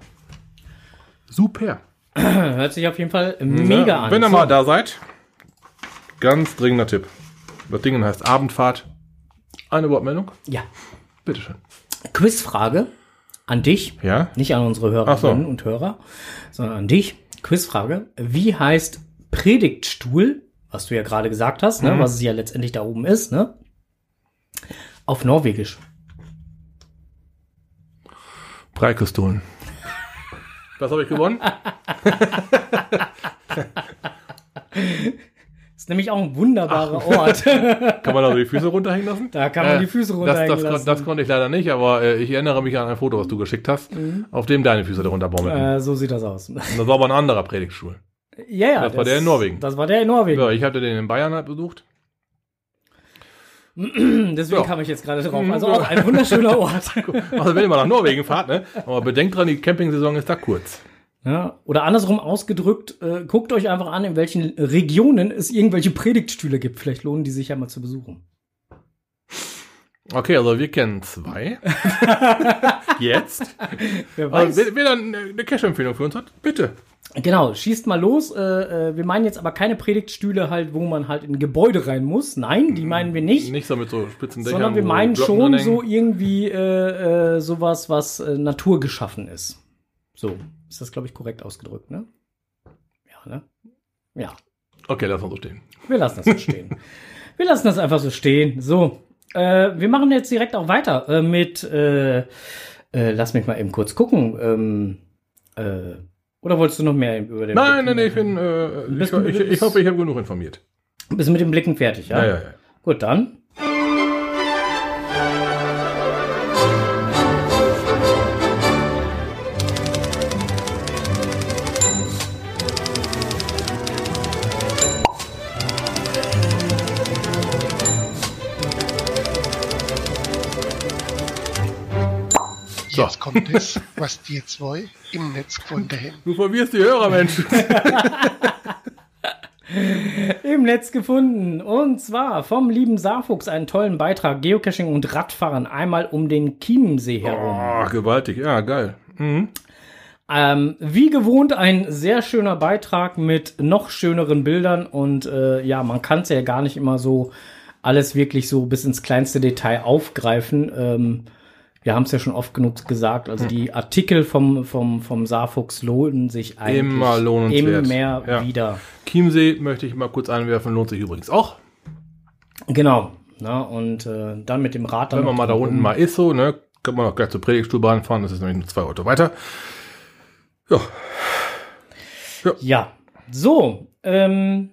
super. Hört sich auf jeden Fall mega an. Wenn ihr mal da seid, ganz dringender Tipp. Das Ding heißt Abendfahrt. Eine Wortmeldung? Ja. Bitteschön. Quizfrage an dich. Ja? Nicht an unsere Hörerinnen und Hörer, sondern an dich. Quizfrage. Wie heißt Predigtstuhl, was du ja gerade gesagt hast, ne, was es ja letztendlich da oben ist, ne? Auf Norwegisch. Preikestolen. Was habe ich gewonnen? Ist nämlich auch ein wunderbarer Ort. Kann man da so die Füße runterhängen lassen? Da kann man die Füße runterhängen lassen. Das konnte ich leider nicht, aber ich erinnere mich an ein Foto, was du geschickt hast, auf dem deine Füße darunter baumelten. So sieht das aus. Das war aber ein anderer Predigtstuhl. Ja, das war der in Norwegen. Das war der in Norwegen. Ja, ich hatte den in Bayern halt besucht. Deswegen kam ich jetzt gerade drauf. Also auch ein wunderschöner Ort. Also wenn ihr mal nach Norwegen fahrt, ne? Aber bedenkt dran, die Campingsaison ist da kurz. Ja, oder andersrum ausgedrückt, guckt euch einfach an, in welchen Regionen es irgendwelche Predigtstühle gibt. Vielleicht lohnen die sich ja mal zu besuchen. Okay, also wir kennen 2. Jetzt. Wer weiß. Also, wer dann eine Cash-Empfehlung für uns hat, bitte. Genau, schießt mal los. Wir meinen jetzt aber keine Predigtstühle halt, wo man halt in ein Gebäude rein muss. Nein, die meinen wir nicht. Nicht so mit so spitzen Dächern. Sondern wir meinen schon so irgendwie sowas, was naturgeschaffen ist. So, ist das, glaube ich, korrekt ausgedrückt, ne? Ja, ne? Ja. Okay, lassen wir so stehen. Wir lassen das so stehen. Wir lassen das einfach so stehen. So, wir machen jetzt direkt auch weiter mit, lass mich mal eben kurz gucken. Oder wolltest du noch mehr über den Nein, ich hoffe, ich habe genug informiert. Bist mit dem Blicken fertig, ja? Ja. Gut, dann. Jetzt kommt es, was die 2 im Netz gefunden haben. Du verwirrst die Hörer, Mensch. Im Netz gefunden. Und zwar vom lieben Saarfuchs einen tollen Beitrag. Geocaching und Radfahren einmal um den Chiemsee herum. Oh, gewaltig. Ja, geil. Mhm. Wie gewohnt ein sehr schöner Beitrag mit noch schöneren Bildern. Und ja, man kann es ja gar nicht immer so alles wirklich so bis ins kleinste Detail aufgreifen. Wir haben es ja schon oft genug gesagt, also die Artikel vom Saarfuchs lohnen sich eigentlich immer lohnenswert. Immer mehr wieder. Chiemsee möchte ich mal kurz einwerfen, lohnt sich übrigens auch. Genau. Na, und dann mit dem Rad. Wenn man mal da unten mal ist, so, ne, kann man auch gleich zur Predigtstuhlbahn fahren, das ist nämlich nur 2 Orte weiter. Ja. So, dann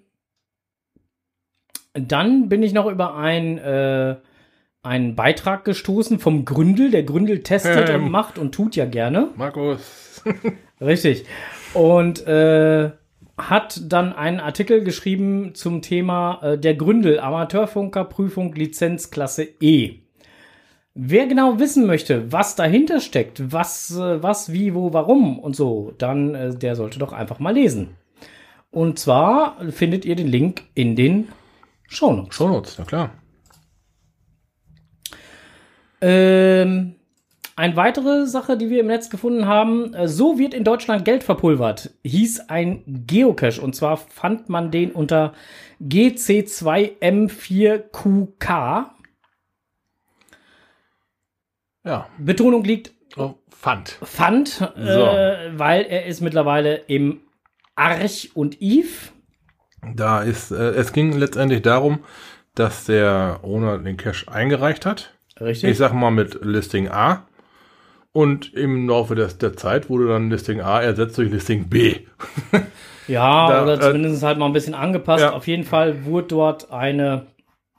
bin ich noch über einen Beitrag gestoßen vom Gründel. Der Gründel testet und macht und tut ja gerne. Markus. Richtig. Und hat dann einen Artikel geschrieben zum Thema der Gründel Amateurfunker Prüfung Lizenzklasse E. Wer genau wissen möchte, was dahinter steckt, was, wie, wo, warum und so, dann der sollte doch einfach mal lesen. Und zwar findet ihr den Link in den Shownotes. Shownotes, na klar. Eine weitere Sache, die wir im Netz gefunden haben, so wird in Deutschland Geld verpulvert, hieß ein Geocache. Und zwar fand man den unter GC2M4QK. Ja. Betonung liegt Pfand. Weil er ist mittlerweile im Arch und Eve. Da ist, es ging letztendlich darum, dass der Owner den Cache eingereicht hat. Richtig. Ich sag mal mit Listing A. Und im Laufe der Zeit wurde dann Listing A ersetzt durch Listing B. Ja, oder zumindest halt mal ein bisschen angepasst. Ja. Auf jeden Fall wurde dort eine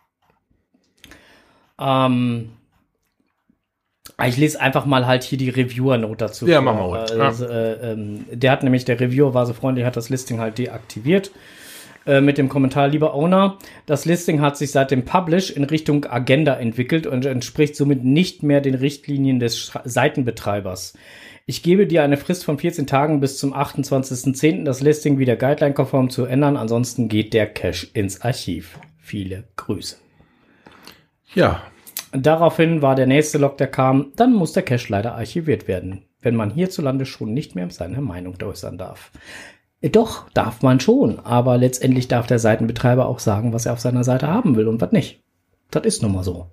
ich lese einfach mal halt hier die Reviewer-Note dazu. Ja, machen wir ruhig. Der Reviewer war so freundlich, hat das Listing halt deaktiviert. Mit dem Kommentar, lieber Owner, das Listing hat sich seit dem Publish in Richtung Agenda entwickelt und entspricht somit nicht mehr den Richtlinien des Seitenbetreibers. Ich gebe dir eine Frist von 14 Tagen bis zum 28.10. das Listing wieder guideline-konform zu ändern, ansonsten geht der Cache ins Archiv. Viele Grüße. Ja. Daraufhin war der nächste Log, der kam, dann muss der Cache leider archiviert werden, wenn man hierzulande schon nicht mehr seine Meinung äußern darf. Doch, darf man schon, aber letztendlich darf der Seitenbetreiber auch sagen, was er auf seiner Seite haben will und was nicht. Das ist nun mal so.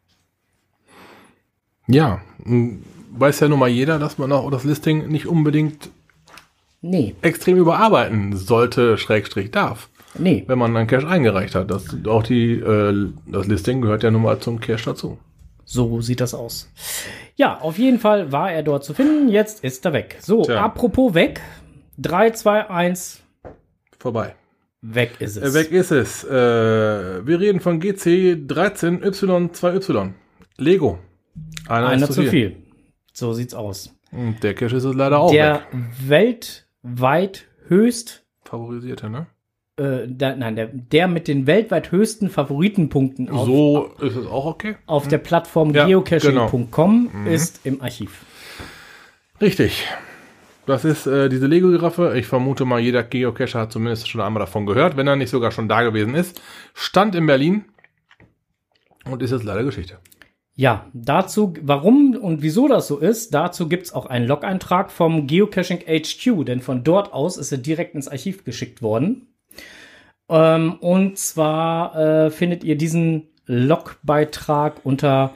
Ja, weiß ja nun mal jeder, dass man auch das Listing nicht unbedingt extrem überarbeiten sollte, / darf. Nee. Wenn man einen Cache eingereicht hat. Das Listing gehört ja nun mal zum Cache dazu. So sieht das aus. Ja, auf jeden Fall war er dort zu finden, jetzt ist er weg. So, apropos weg. 3, 2, 1. Vorbei. Weg ist es. Weg ist es. Wir reden von GC13Y2Y. Lego. Einer zu viel. So sieht's aus. Und der Cache ist es leider auch der weg. Weltweit höchst favorisierte, ne? Der mit den weltweit höchsten Favoritenpunkten ist es auch okay. Auf der Plattform geocaching.com ist im Archiv. Richtig. Das ist diese Lego-Giraffe. Ich vermute mal, jeder Geocacher hat zumindest schon einmal davon gehört, wenn er nicht sogar schon da gewesen ist. Stand in Berlin und ist jetzt leider Geschichte. Ja, dazu, warum und wieso das so ist, dazu gibt's auch einen Log-Eintrag vom Geocaching HQ, denn von dort aus ist er direkt ins Archiv geschickt worden. Und zwar findet ihr diesen Logbeitrag unter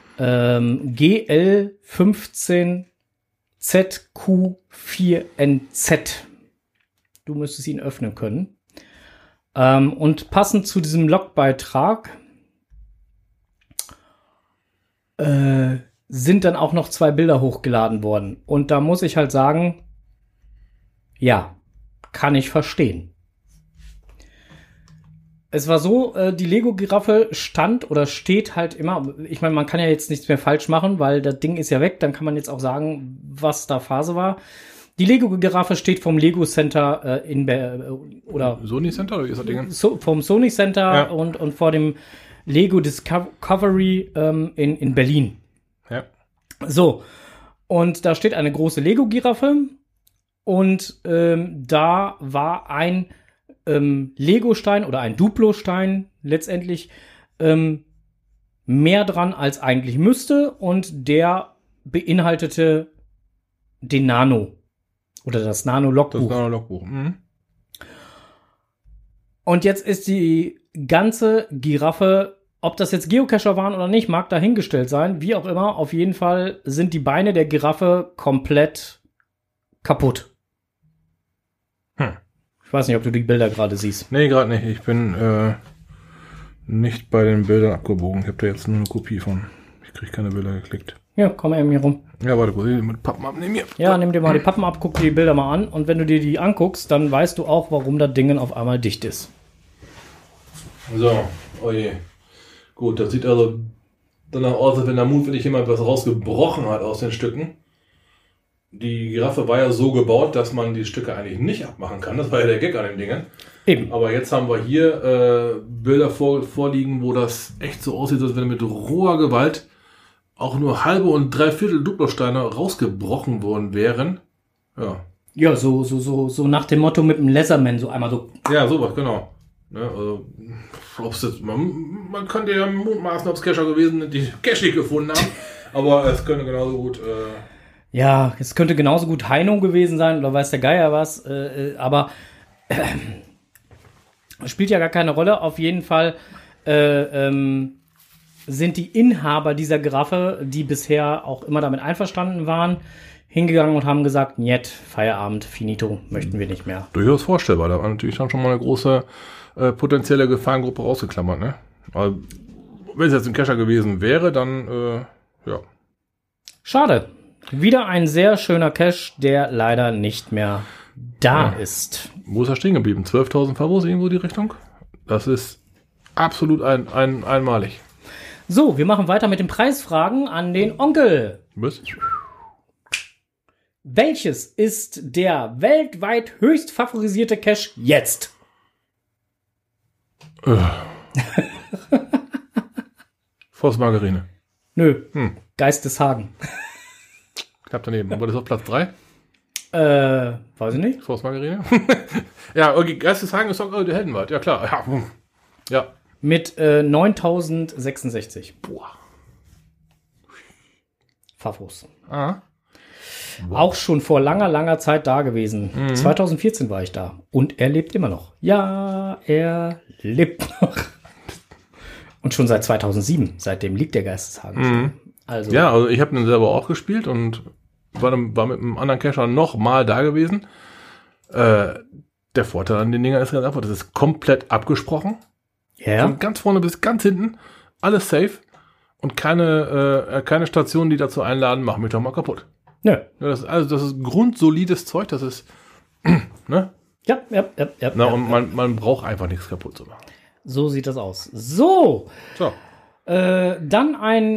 GL15ZQ4NZ. Du müsstest ihn öffnen können. Und passend zu diesem Logbeitrag sind dann auch noch 2 Bilder hochgeladen worden. Und da muss ich halt sagen, ja, kann ich verstehen. Es war so, die Lego-Giraffe stand oder steht halt immer, ich meine, man kann ja jetzt nichts mehr falsch machen, weil das Ding ist ja weg, dann kann man jetzt auch sagen, was da Phase war. Die Lego-Giraffe steht vom Lego Center oder Sony Center oder wie ist das Ding? Vom Sony Center und vor dem Lego Discovery in Berlin. Ja. So, und da steht eine große Lego-Giraffe und da war ein Lego-Stein oder ein Duplo-Stein letztendlich mehr dran als eigentlich müsste und der beinhaltete den Nano oder das Nano-Logbuch. Das Nano-Logbuch. Mhm. Und jetzt ist die ganze Giraffe, ob das jetzt Geocacher waren oder nicht, mag dahingestellt sein, wie auch immer, auf jeden Fall sind die Beine der Giraffe komplett kaputt. Ich weiß nicht, ob du die Bilder gerade siehst. Nee, gerade nicht. Ich bin nicht bei den Bildern abgebogen. Ich habe da jetzt nur eine Kopie von. Ich kriege keine Bilder geklickt. Ja, komm eben hier rum. Ja, warte, kurz, mit Pappen abnehmen hier. Ja, nimm dir mal die Pappen ab, guck dir die Bilder mal an. Und wenn du dir die anguckst, dann weißt du auch, warum das Ding auf einmal dicht ist. So, oh je. Gut, das sieht also danach aus, als wenn da mutwillig jemand was rausgebrochen hat aus den Stücken. Die Giraffe war ja so gebaut, dass man die Stücke eigentlich nicht abmachen kann. Das war ja der Gag an den Dingen. Eben. Aber jetzt haben wir hier Bilder vorliegen, wo das echt so aussieht, als wenn mit roher Gewalt auch nur halbe und dreiviertel Duplosteine rausgebrochen worden wären. Ja. Ja, so nach dem Motto mit dem Leatherman, so einmal so. Ja, sowas, genau. Ne, also, man könnte ja mutmaßen, ob es Cacher gewesen sind, die Cache nicht gefunden haben. Aber es könnte genauso gut. Ja, es könnte genauso gut Heino gewesen sein oder weiß der Geier was. Aber spielt ja gar keine Rolle. Auf jeden Fall sind die Inhaber dieser Giraffe, die bisher auch immer damit einverstanden waren, hingegangen und haben gesagt, niet, Feierabend, finito, möchten wir nicht mehr. Durchaus vorstellbar. Da war natürlich dann schon mal eine große potenzielle Gefahrengruppe rausgeklammert. Ne? Aber wenn es jetzt ein Cacher gewesen wäre, dann ja. Schade. Wieder ein sehr schöner Cache, der leider nicht mehr da ist. Wo ist er stehen geblieben? 12.000 Favos irgendwo die Richtung? Das ist absolut einmalig. So, wir machen weiter mit den Preisfragen an den Onkel. Was? Welches ist der weltweit höchst favorisierte Cache jetzt? Voss Margarine. Nö, Geisteshagen. Knapp daneben. Aber das ist auf Platz 3? Weiß ich nicht. Voss Margarine? Ja, okay, Geisteshagen ist doch der Heldenwald. Ja, klar. Ja. Mit 9.066. Boah. Favos. Ah. Wow. Auch schon vor langer Zeit da gewesen. 2014 war ich da. Und er lebt immer noch. Ja, er lebt noch. Und schon seit 2007. Seitdem liegt der Geisteshagen schon. Also. Ja, also ich habe den selber auch gespielt und war mit einem anderen Cacher noch mal da gewesen. Der Vorteil an den Dingern ist ganz einfach, das ist komplett abgesprochen. Ja. Von ganz vorne bis ganz hinten. Alles safe. Und keine Stationen, die dazu einladen, machen mich doch mal kaputt. Nö. Das ist grundsolides Zeug, das ist, ne? Ja. Na, und man braucht einfach nichts kaputt zu machen. So sieht das aus. So. Dann ein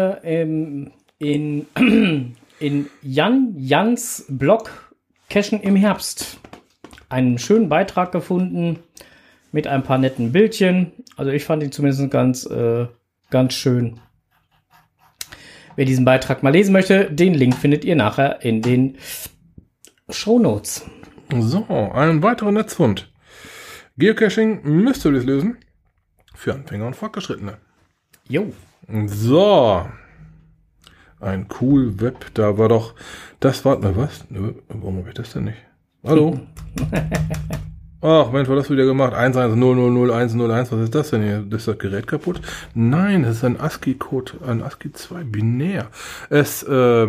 in Jans Blog Cachen im Herbst einen schönen Beitrag gefunden mit ein paar netten Bildchen. Also ich fand ihn zumindest ganz schön. Wer diesen Beitrag mal lesen möchte, den Link findet ihr nachher in den Shownotes. So, ein weiterer Netzfund. Geocaching Mysteries lösen für Anfänger und Fortgeschrittene. Jo. So. Ein cool Web, da war doch, das war, was? Warum habe ich das denn nicht? Hallo? Ach Mensch, was hast du wieder gemacht? 11000101, was ist das denn hier? Ist das Gerät kaputt? Nein, das ist ein ASCII-Code, ein ASCII 2 binär. Es,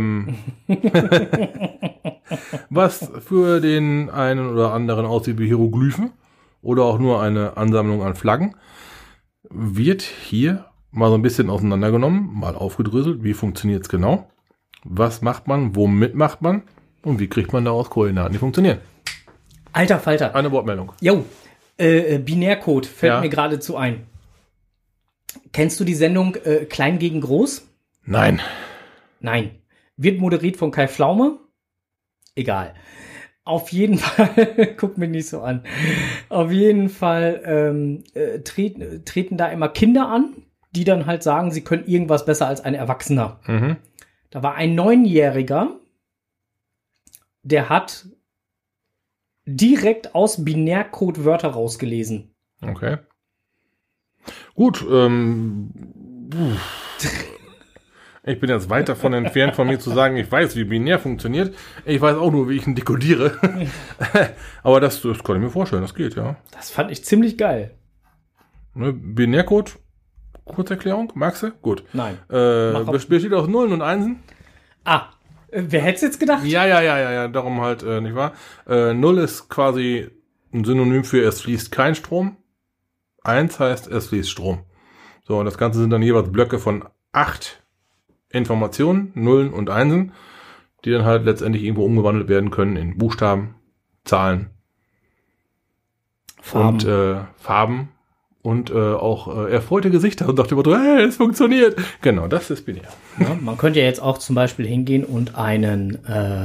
was für den einen oder anderen aussieht wie Hieroglyphen oder auch nur eine Ansammlung an Flaggen, wird hier mal so ein bisschen auseinandergenommen, mal aufgedröselt. Wie funktioniert es genau? Was macht man? Womit macht man? Und wie kriegt man daraus Koordinaten, die funktionieren? Alter Falter. Eine Wortmeldung. Jo, Binärcode fällt mir geradezu ein. Kennst du die Sendung Klein gegen Groß? Nein. Nein. Wird moderiert von Kai Pflaume? Egal. Auf jeden Fall, guck mich nicht so an. Auf jeden Fall treten da immer Kinder an, die dann halt sagen, sie können irgendwas besser als ein Erwachsener. Mhm. Da war ein 9-Jähriger, der hat direkt aus Binärcode Wörter rausgelesen. Okay. Gut, ich bin jetzt weit davon entfernt, von mir zu sagen, ich weiß, wie binär funktioniert. Ich weiß auch nur, wie ich ihn dekodiere. Aber das kann ich mir vorstellen, das geht, ja. Das fand ich ziemlich geil. Ne, Binärcode, Kurzerklärung, magst du? Gut. Nein. Besteht aus Nullen und Einsen. Wer hätte es jetzt gedacht? Ja, darum halt, nicht wahr? 0 ist quasi ein Synonym für es fließt kein Strom. 1 heißt, es fließt Strom. So, und das Ganze sind dann jeweils Blöcke von 8 Informationen, Nullen und Einsen, die dann halt letztendlich irgendwo umgewandelt werden können in Buchstaben, Zahlen, und Farben und auch erfreute Gesichter und dachte immer, hey, es funktioniert. Genau, das ist binär. Ja, man könnte ja jetzt auch zum Beispiel hingehen und einen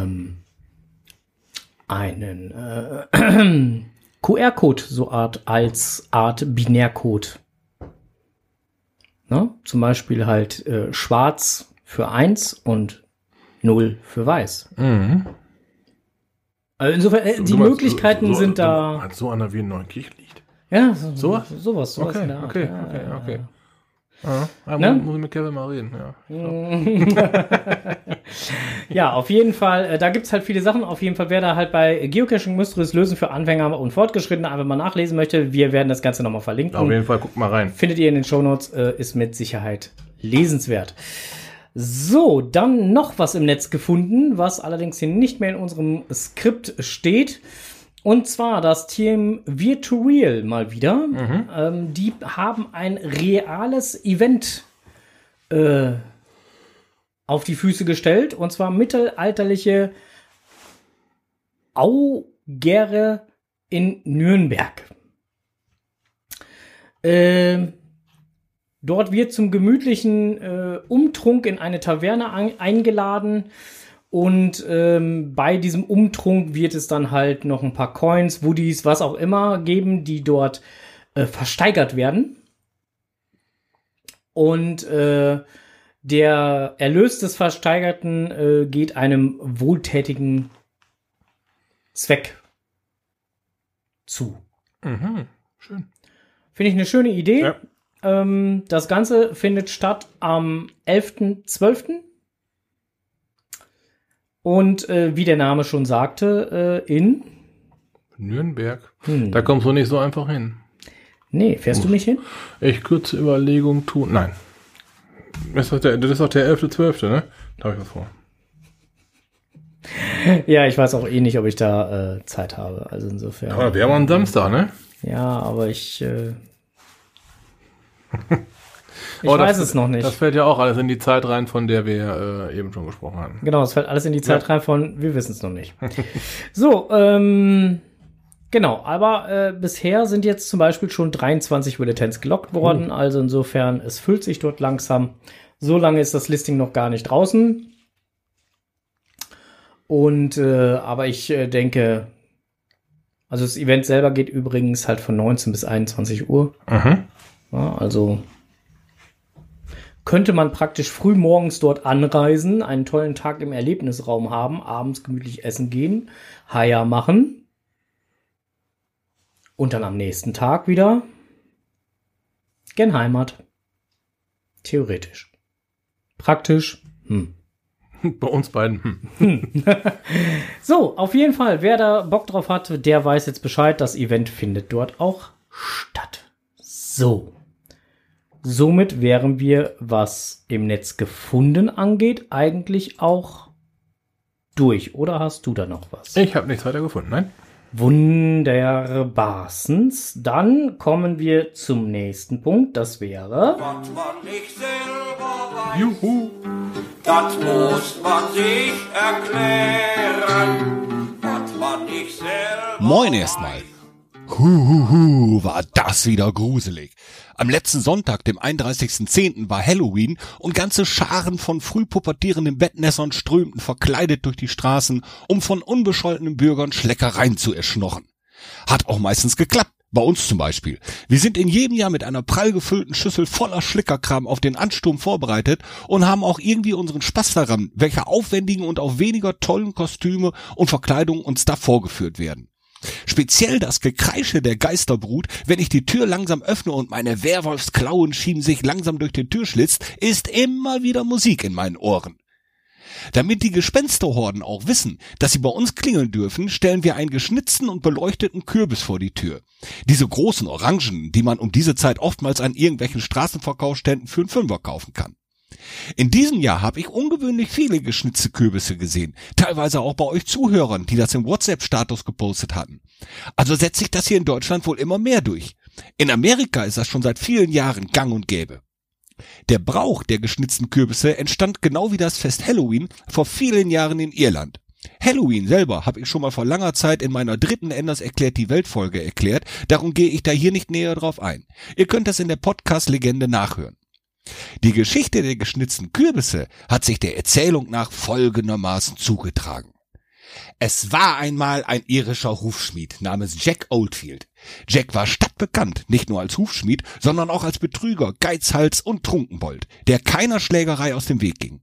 QR-Code so als Art Binärcode. Ne? Zum Beispiel halt schwarz für 1 und 0 für Weiß. Mhm. Also insofern, die Möglichkeiten sind da. Hat so einer wie in Neunkirchen liegt. Ja, sowas okay, in der Art. Okay. Ja, Ne? muss ich mit Kevin mal reden, ja. Ja, auf jeden Fall, da gibt's halt viele Sachen. Auf jeden Fall, wer da halt bei Geocaching Mysteries lösen für Anfänger und Fortgeschrittene einfach mal nachlesen möchte, wir werden das Ganze nochmal verlinken. Auf jeden Fall, guckt mal rein. Findet ihr in den Shownotes, ist mit Sicherheit lesenswert. So, dann noch was im Netz gefunden, was allerdings hier nicht mehr in unserem Skript steht. Und zwar das Team Virtual mal wieder. Die haben ein reales Event auf die Füße gestellt. Und zwar mittelalterliche Augere in Nürnberg. Dort wird zum gemütlichen Umtrunk in eine Taverne eingeladen. Und bei diesem Umtrunk wird es dann halt noch ein paar Coins, Woodies, was auch immer geben, die dort versteigert werden. Und der Erlös des Versteigerten geht einem wohltätigen Zweck zu. Schön. Finde ich eine schöne Idee. Ja. Das Ganze findet statt am 11.12. Und wie der Name schon sagte, in Nürnberg. Da kommst du nicht so einfach hin. Nee, fährst du nicht hin? Ich kurze Überlegung tun. Nein. Das ist doch der 11.12., ne? Da habe ich was vor. Ja, ich weiß auch nicht, ob ich da Zeit habe. Also insofern. Aber wäre mal ein Samstag, ne? Ja, aber ich weiß es noch nicht. Das fällt ja auch alles in die Zeit rein, von der wir eben schon gesprochen haben. Genau, es fällt alles in die Zeit rein von, wir wissen es noch nicht. So, genau, aber bisher sind jetzt zum Beispiel schon 23 Bulletins gelockt worden, also insofern, es füllt sich dort langsam. So lange ist das Listing noch gar nicht draußen. Und, aber ich denke, also das Event selber geht übrigens halt von 19 bis 21 Uhr. Ja, also könnte man praktisch früh morgens dort anreisen, einen tollen Tag im Erlebnisraum haben, abends gemütlich essen gehen, Haja machen und dann am nächsten Tag wieder gen Heimat. Theoretisch. Praktisch. Bei uns beiden. So, auf jeden Fall, wer da Bock drauf hat, der weiß jetzt Bescheid. Das Event findet dort auch statt. So. Somit wären wir, was im Netz gefunden angeht, eigentlich auch durch. Oder hast du da noch was? Ich habe nichts weiter gefunden, nein. Wunderbarstens. Dann kommen wir zum nächsten Punkt. Das wäre... Was man nicht selber weiß, Juhu. das muss man sich erklären. Was man nicht selber Moin erstmal. War das wieder gruselig. Am letzten Sonntag, dem 31.10., war Halloween und ganze Scharen von früh pubertierenden Bettnässern strömten verkleidet durch die Straßen, um von unbescholtenen Bürgern Schleckereien zu erschnochen. Hat auch meistens geklappt. Bei uns zum Beispiel. Wir sind in jedem Jahr mit einer prall gefüllten Schüssel voller Schlickerkram auf den Ansturm vorbereitet und haben auch irgendwie unseren Spaß daran, welche aufwendigen und auch weniger tollen Kostüme und Verkleidungen uns da vorgeführt werden. Speziell das Gekreische der Geisterbrut, wenn ich die Tür langsam öffne und meine Werwolfsklauen-Schienen sich langsam durch die Tür schlitzt, ist immer wieder Musik in meinen Ohren. Damit die Gespensterhorden auch wissen, dass sie bei uns klingeln dürfen, stellen wir einen geschnitzten und beleuchteten Kürbis vor die Tür. Diese großen Orangen, die man um diese Zeit oftmals an irgendwelchen Straßenverkaufsständen für einen Fünfer kaufen kann. In diesem Jahr habe ich ungewöhnlich viele geschnitzte Kürbisse gesehen, teilweise auch bei euch Zuhörern, die das im WhatsApp-Status gepostet hatten. Also setzt sich das hier in Deutschland wohl immer mehr durch. In Amerika ist das schon seit vielen Jahren gang und gäbe. Der Brauch der geschnitzten Kürbisse entstand genau wie das Fest Halloween vor vielen Jahren in Irland. Halloween selber habe ich schon mal vor langer Zeit in meiner 3. Enders erklärt die Welt-Folge erklärt, darum gehe ich da hier nicht näher drauf ein. Ihr könnt das in der Podcast-Legende nachhören. Die Geschichte der geschnitzten Kürbisse hat sich der Erzählung nach folgendermaßen zugetragen. Es war einmal ein irischer Hufschmied namens Jack Oldfield. Jack war stadtbekannt, nicht nur als Hufschmied, sondern auch als Betrüger, Geizhals und Trunkenbold, der keiner Schlägerei aus dem Weg ging.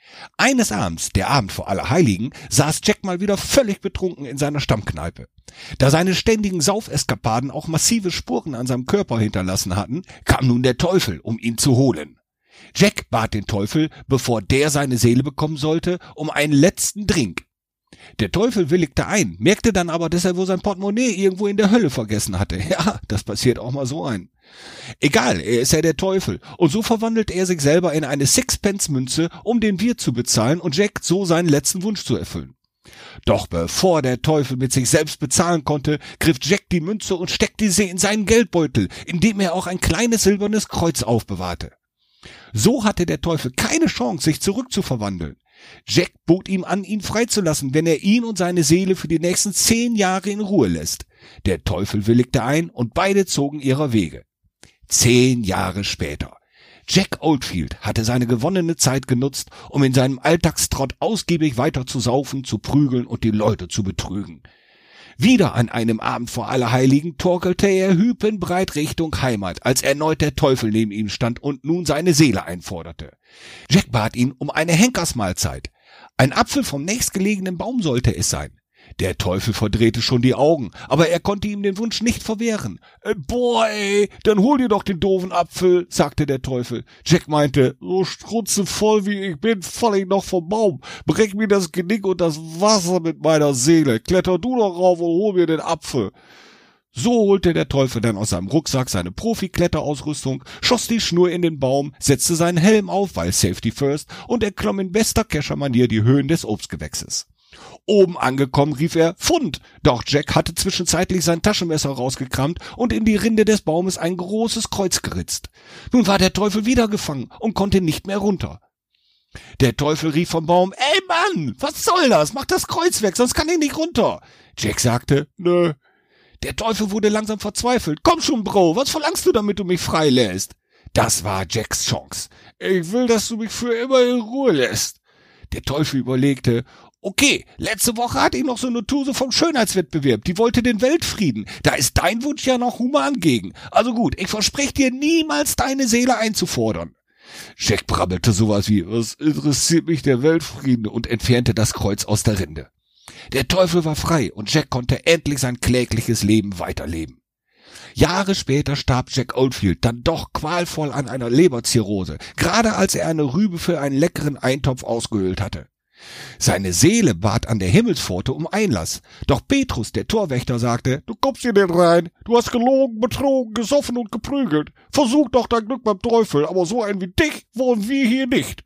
Eines Abends, der Abend vor Allerheiligen, saß Jack mal wieder völlig betrunken in seiner Stammkneipe. Da seine ständigen Saufeskapaden auch massive Spuren an seinem Körper hinterlassen hatten, kam nun der Teufel, um ihn zu holen. Jack bat den Teufel, bevor der seine Seele bekommen sollte, um einen letzten Drink. Der Teufel willigte ein, merkte dann aber, dass er wohl sein Portemonnaie irgendwo in der Hölle vergessen hatte. Ja, das passiert auch mal so ein. Egal, er ist ja der Teufel. Und so verwandelt er sich selber in eine Sixpence-Münze, um den Wirt zu bezahlen und Jack so seinen letzten Wunsch zu erfüllen. Doch bevor der Teufel mit sich selbst bezahlen konnte, griff Jack die Münze und steckte sie in seinen Geldbeutel, in dem er auch ein kleines silbernes Kreuz aufbewahrte. So hatte der Teufel keine Chance, sich zurückzuverwandeln. Jack bot ihm an, ihn freizulassen, wenn er ihn und seine Seele für die nächsten 10 Jahre in Ruhe lässt. Der Teufel willigte ein und beide zogen ihrer Wege. 10 Jahre später. Jack Oldfield hatte seine gewonnene Zeit genutzt, um in seinem Alltagstrott ausgiebig weiter zu saufen, zu prügeln und die Leute zu betrügen. Wieder an einem Abend vor Allerheiligen torkelte er hüpenbreit Richtung Heimat, als erneut der Teufel neben ihm stand und nun seine Seele einforderte. Jack bat ihn um eine Henkersmahlzeit. Ein Apfel vom nächstgelegenen Baum sollte es sein. Der Teufel verdrehte schon die Augen, aber er konnte ihm den Wunsch nicht verwehren. Boah, ey, dann hol dir doch den doofen Apfel, sagte der Teufel. Jack meinte, so strunzenvoll wie ich bin, fall ich noch vom Baum. Brech mir das Genick und das Wasser mit meiner Seele. Kletter du doch rauf und hol mir den Apfel. So holte der Teufel dann aus seinem Rucksack seine Profi-Kletterausrüstung, schoss die Schnur in den Baum, setzte seinen Helm auf, weil Safety First, und erklomm in bester Keschermanier die Höhen des Obstgewächses. Oben angekommen rief er Pfund, doch Jack hatte zwischenzeitlich sein Taschenmesser rausgekramt und in die Rinde des Baumes ein großes Kreuz geritzt. Nun war der Teufel wieder gefangen und konnte nicht mehr runter. Der Teufel rief vom Baum, ey Mann, was soll das? Mach das Kreuz weg, sonst kann ich nicht runter. Jack sagte, nö. Der Teufel wurde langsam verzweifelt. Komm schon, Bro, was verlangst du, damit du mich frei lässt? Das war Jacks Chance. Ich will, dass du mich für immer in Ruhe lässt. Der Teufel überlegte, okay, letzte Woche hatte ich noch so eine Tuse vom Schönheitswettbewerb, die wollte den Weltfrieden. Da ist dein Wunsch ja noch human gegen. Also gut, ich verspreche dir niemals deine Seele einzufordern. Jack brabbelte sowas wie, was interessiert mich der Weltfrieden, und entfernte das Kreuz aus der Rinde. Der Teufel war frei und Jack konnte endlich sein klägliches Leben weiterleben. Jahre später starb Jack Oldfield dann doch qualvoll an einer Leberzirrhose, gerade als er eine Rübe für einen leckeren Eintopf ausgehöhlt hatte. Seine Seele bat an der Himmelspforte um Einlass, doch Petrus, der Torwächter, sagte, du kommst hier nicht rein, du hast gelogen, betrogen, gesoffen und geprügelt. Versuch doch dein Glück beim Teufel, aber so einen wie dich wollen wir hier nicht.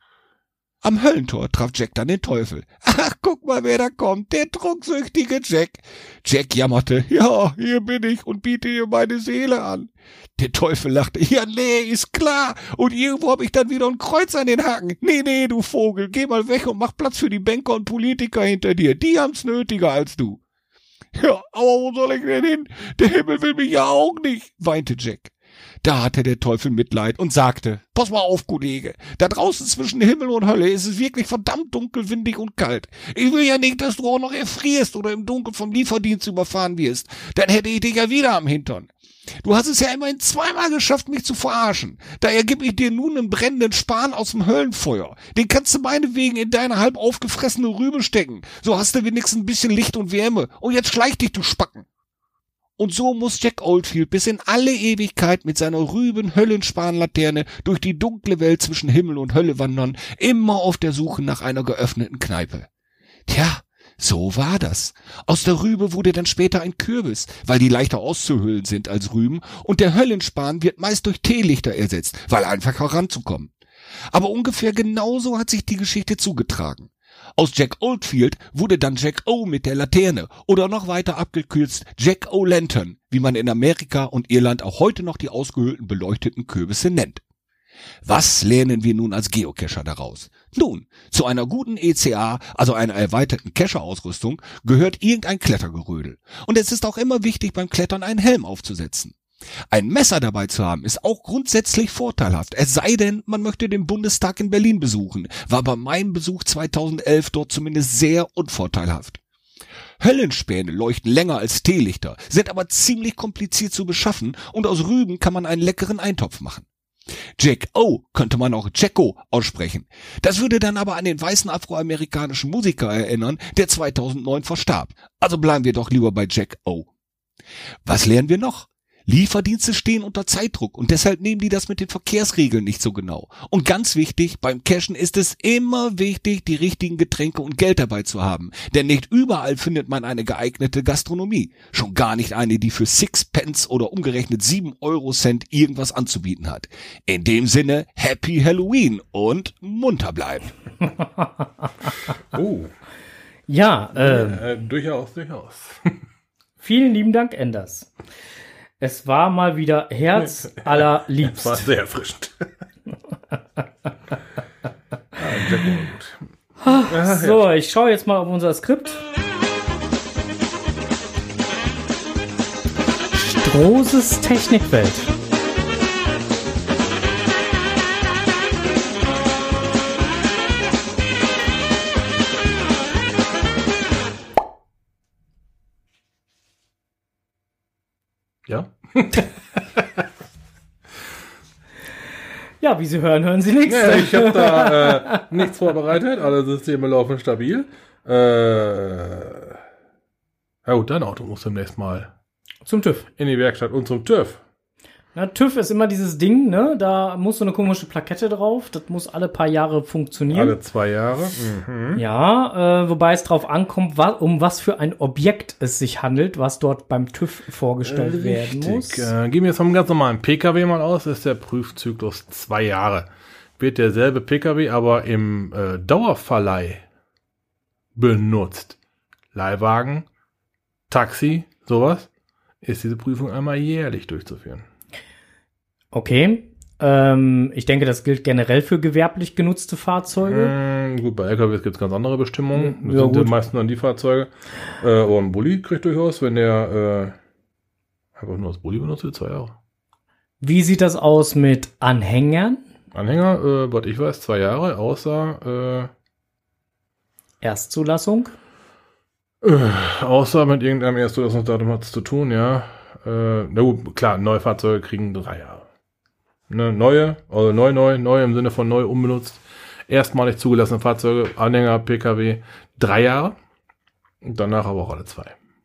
Am Höllentor traf Jack dann den Teufel. Ach, guck mal, wer da kommt, der trunksüchtige Jack. Jack jammerte, ja, hier bin ich und biete dir meine Seele an. Der Teufel lachte, ja, nee, ist klar. Und irgendwo hab ich dann wieder ein Kreuz an den Haken. Nee, du Vogel, geh mal weg und mach Platz für die Banker und Politiker hinter dir. Die haben's nötiger als du. Ja, aber wo soll ich denn hin? Der Himmel will mich ja auch nicht, weinte Jack. Da hatte der Teufel Mitleid und sagte, pass mal auf, Kollege, da draußen zwischen Himmel und Hölle ist es wirklich verdammt dunkel, windig und kalt. Ich will ja nicht, dass du auch noch erfrierst oder im Dunkeln vom Lieferdienst überfahren wirst. Dann hätte ich dich ja wieder am Hintern. Du hast es ja immerhin 2-mal geschafft, mich zu verarschen. Daher gebe ich dir nun einen brennenden Span aus dem Höllenfeuer. Den kannst du meinetwegen in deine halb aufgefressene Rübe stecken. So hast du wenigstens ein bisschen Licht und Wärme. Und jetzt schleich dich, du Spacken. Und so muss Jack Oldfield bis in alle Ewigkeit mit seiner Rüben-Höllenspanlaterne durch die dunkle Welt zwischen Himmel und Hölle wandern, immer auf der Suche nach einer geöffneten Kneipe. Tja, so war das. Aus der Rübe wurde dann später ein Kürbis, weil die leichter auszuhöhlen sind als Rüben, und der Höllenspan wird meist durch Teelichter ersetzt, weil einfacher ranzukommen. Aber ungefähr genauso hat sich die Geschichte zugetragen. Aus Jack Oldfield wurde dann Jack O mit der Laterne oder noch weiter abgekürzt Jack O-Lantern, wie man in Amerika und Irland auch heute noch die ausgehöhlten beleuchteten Kürbisse nennt. Was lernen wir nun als Geocacher daraus? Nun, zu einer guten ECA, also einer erweiterten Cacher-Ausrüstung, gehört irgendein Klettergerödel. Und es ist auch immer wichtig, beim Klettern einen Helm aufzusetzen. Ein Messer dabei zu haben, ist auch grundsätzlich vorteilhaft, es sei denn, man möchte den Bundestag in Berlin besuchen, war bei meinem Besuch 2011 dort zumindest sehr unvorteilhaft. Höllenspäne leuchten länger als Teelichter, sind aber ziemlich kompliziert zu beschaffen, und aus Rüben kann man einen leckeren Eintopf machen. Jack O könnte man auch Jacko aussprechen. Das würde dann aber an den weißen afroamerikanischen Musiker erinnern, der 2009 verstarb. Also bleiben wir doch lieber bei Jack O. Was lernen wir noch? Lieferdienste stehen unter Zeitdruck und deshalb nehmen die das mit den Verkehrsregeln nicht so genau. Und ganz wichtig, beim Cashen ist es immer wichtig, die richtigen Getränke und Geld dabei zu haben. Denn nicht überall findet man eine geeignete Gastronomie. Schon gar nicht eine, die für 6 Pence oder umgerechnet 7 Eurocent irgendwas anzubieten hat. In dem Sinne, Happy Halloween und munter bleiben. Oh. Ja, Durchaus. vielen lieben Dank, Enders. Es war mal wieder Herz allerliebst. War sehr erfrischend. So, ich schaue jetzt mal auf unser Skript. Strohses Technikwelt. Ja? Ja, wie Sie hören, hören Sie nichts. Ja, ich habe da nichts vorbereitet. Alle Systeme laufen stabil. Ja gut, dein Auto muss demnächst mal Zum TÜV. in die Werkstatt und zum TÜV. Na, TÜV ist immer dieses Ding, ne? Da muss so eine komische Plakette drauf. Das muss alle paar Jahre funktionieren. Alle 2 Jahre. Mhm. Ja, wobei es drauf ankommt, um was für ein Objekt es sich handelt, was dort beim TÜV vorgestellt werden muss. Gehen wir jetzt vom ganz normalen PKW mal aus, ist der Prüfzyklus 2 Jahre. Wird derselbe PKW aber im Dauerverleih benutzt. Leihwagen, Taxi, sowas, ist diese Prüfung einmal jährlich durchzuführen. Okay. Ich denke, das gilt generell für gewerblich genutzte Fahrzeuge. Gut, bei LKWs gibt es ganz andere Bestimmungen. Das Ja, sind gut. die meisten dann die Fahrzeuge. Aber ein Bulli kriegt durchaus, wenn der einfach nur das Bulli benutzt, 2 Jahre. Wie sieht das aus mit Anhängern? Anhänger, was ich weiß, 2 Jahre, außer Erstzulassung? außer mit irgendeinem Erstzulassungsdatum hat es zu tun, ja. Na gut, klar, neue Fahrzeuge kriegen 3 Jahre. Ne, neue, also neu im Sinne von neu unbenutzt. Erstmalig zugelassene Fahrzeuge, Anhänger, PKW, 3 Jahre. Und danach aber auch alle 2.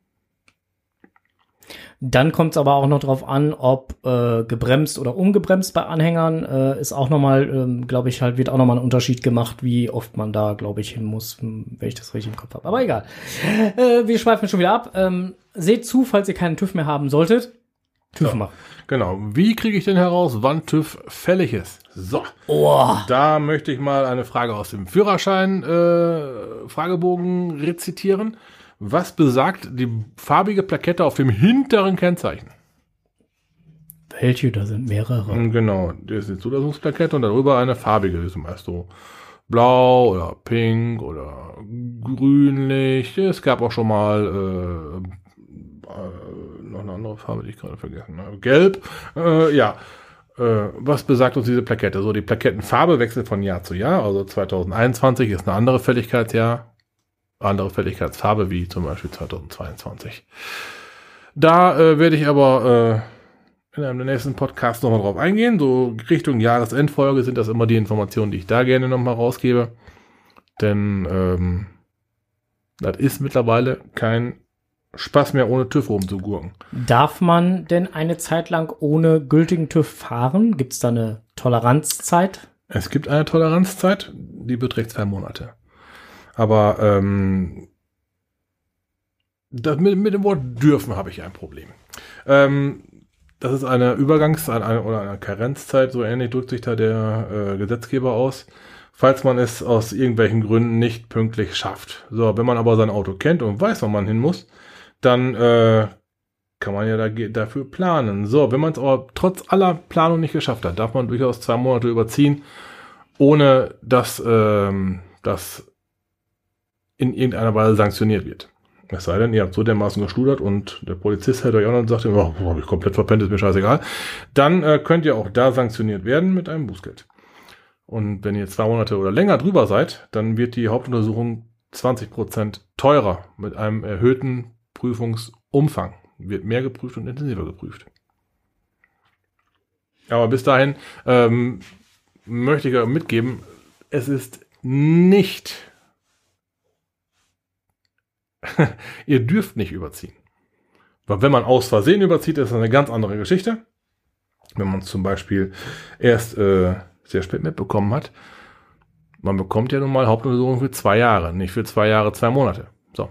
Dann kommt es aber auch noch drauf an, ob gebremst oder ungebremst bei Anhängern ist auch nochmal, glaube ich, wird auch nochmal ein Unterschied gemacht, wie oft man da, glaube ich, hin muss, wenn ich das richtig im Kopf habe. Aber egal. Wir schweifen schon wieder ab. Seht zu, falls ihr keinen TÜV mehr haben solltet. TÜV machen. Genau. Wie kriege ich denn heraus, wann TÜV fällig ist? So. Oh. Da möchte ich mal eine Frage aus dem Führerschein Fragebogen rezitieren. Was besagt die farbige Plakette auf dem hinteren Kennzeichen? Welche? Da sind mehrere. Genau, das ist die Zulassungsplakette und darüber eine farbige, wie zum Beispiel so blau oder pink oder grünlich. Es gab auch schon mal noch eine andere Farbe, die ich gerade vergessen habe. Gelb. Was besagt uns diese Plakette? So, die Plakettenfarbe wechselt von Jahr zu Jahr. Also 2021 ist eine andere Fälligkeitsjahr. Andere Fälligkeitsfarbe wie zum Beispiel 2022. Da werde ich aber in einem der nächsten Podcasts nochmal drauf eingehen. So Richtung Jahresendfolge sind das immer die Informationen, die ich da gerne nochmal rausgebe. Denn das ist mittlerweile kein Spaß mehr, ohne TÜV rumzugurken. Darf man denn eine Zeit lang ohne gültigen TÜV fahren? Gibt es da eine Toleranzzeit? Es gibt eine Toleranzzeit, die beträgt 2 Monate. Aber das mit dem Wort dürfen habe ich ein Problem. Das ist eine oder eine Karenzzeit, so ähnlich drückt sich da der Gesetzgeber aus, falls man es aus irgendwelchen Gründen nicht pünktlich schafft. So, wenn man aber sein Auto kennt und weiß, wo man hin muss, dann kann man ja dafür planen. So, wenn man es aber trotz aller Planung nicht geschafft hat, darf man durchaus 2 Monate überziehen, ohne dass das in irgendeiner Weise sanktioniert wird. Es sei denn, ihr habt so dermaßen geschludert und der Polizist hält euch auch noch und sagt, oh, hab ich komplett verpennt, ist mir scheißegal. Dann könnt ihr auch da sanktioniert werden mit einem Bußgeld. Und wenn ihr 2 Monate oder länger drüber seid, dann wird die Hauptuntersuchung 20% teurer mit einem erhöhten Prüfungsumfang. Wird mehr geprüft und intensiver geprüft. Aber bis dahin möchte ich euch mitgeben, es ist nicht, ihr dürft nicht überziehen. Weil wenn man aus Versehen überzieht, ist das eine ganz andere Geschichte. Wenn man es zum Beispiel erst sehr spät mitbekommen hat, man bekommt ja nun mal Hauptuntersuchung für 2 Jahre, nicht für 2 Jahre, 2 Monate. So.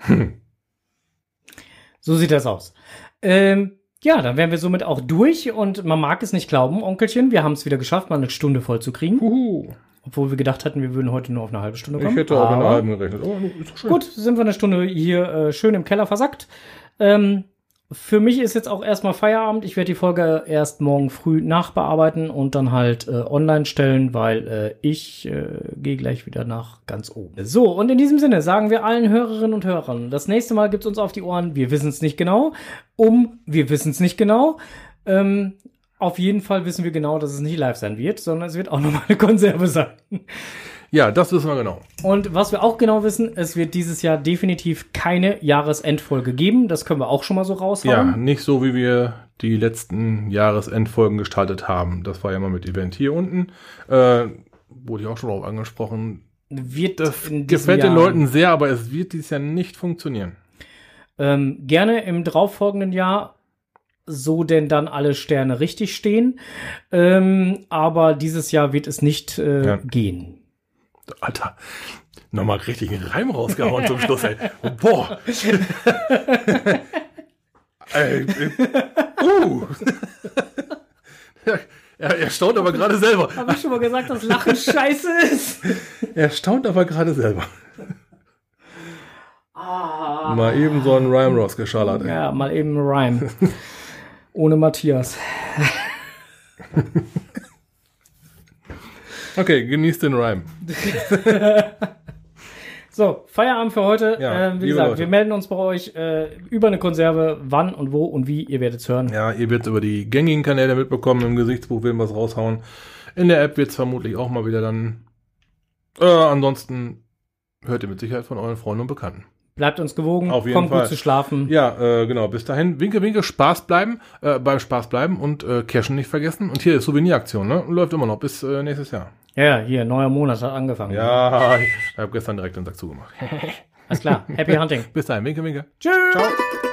So sieht das aus. Ja, dann wären wir somit auch durch und man mag es nicht glauben, Onkelchen, wir haben es wieder geschafft, mal eine Stunde voll zu kriegen. Obwohl wir gedacht hatten, wir würden heute nur auf eine halbe Stunde kommen. Ich hätte auch mit einer halben gerechnet. Oh, ist doch schön. Gut, sind wir eine Stunde hier schön im Keller versackt. Für mich ist jetzt auch erstmal Feierabend. Ich werde die Folge erst morgen früh nachbearbeiten und dann halt online stellen, weil ich gehe gleich wieder nach ganz oben. So, und in diesem Sinne sagen wir allen Hörerinnen und Hörern, das nächste Mal gibt's uns auf die Ohren, wir wissen es nicht genau, wir wissen es nicht genau. Auf jeden Fall wissen wir genau, dass es nicht live sein wird, sondern es wird auch nochmal eine Konserve sein. Ja, das wissen wir genau. Und was wir auch genau wissen, es wird dieses Jahr definitiv keine Jahresendfolge geben. Das können wir auch schon mal so raushauen. Ja, nicht so, wie wir die letzten Jahresendfolgen gestaltet haben. Das war ja mal mit Event hier unten. Wurde ich auch schon drauf angesprochen. Das gefällt den Leuten sehr, aber es wird dieses Jahr nicht funktionieren. Gerne im darauffolgenden Jahr, so denn dann alle Sterne richtig stehen. Aber dieses Jahr wird es nicht gehen. Alter, nochmal richtig einen Reim rausgehauen zum Schluss, ey. Oh, boah. Er staunt aber gerade selber. Hab ich schon mal gesagt, dass Lachen scheiße ist? Er staunt aber gerade selber. Mal eben so einen Rhyme rausgeschallert, ey. Ja, mal eben einen Rhyme. Ohne Matthias. Okay, genießt den Rhyme. So, Feierabend für heute. Ja, wie gesagt, Leute, wir melden uns bei euch über eine Konserve. Wann und wo und wie, ihr werdet es hören. Ja, ihr werdet über die gängigen Kanäle mitbekommen. Im Gesichtsbuch werden wir es raushauen. In der App wird es vermutlich auch mal wieder dann. Ansonsten hört ihr mit Sicherheit von euren Freunden und Bekannten. Bleibt uns gewogen, Auf jeden kommt Fall. gut zu schlafen. Ja, genau. Bis dahin, winke, winke, Spaß bleiben, beim Spaß bleiben und Cashen nicht vergessen. Und hier ist Souveniraktion, ne? Läuft immer noch bis nächstes Jahr. Ja, hier, neuer Monat hat angefangen. Ja, ich habe gestern direkt den Sack zugemacht. Alles klar, happy hunting. Bis dahin, winke, winke. Tschüss. Ciao.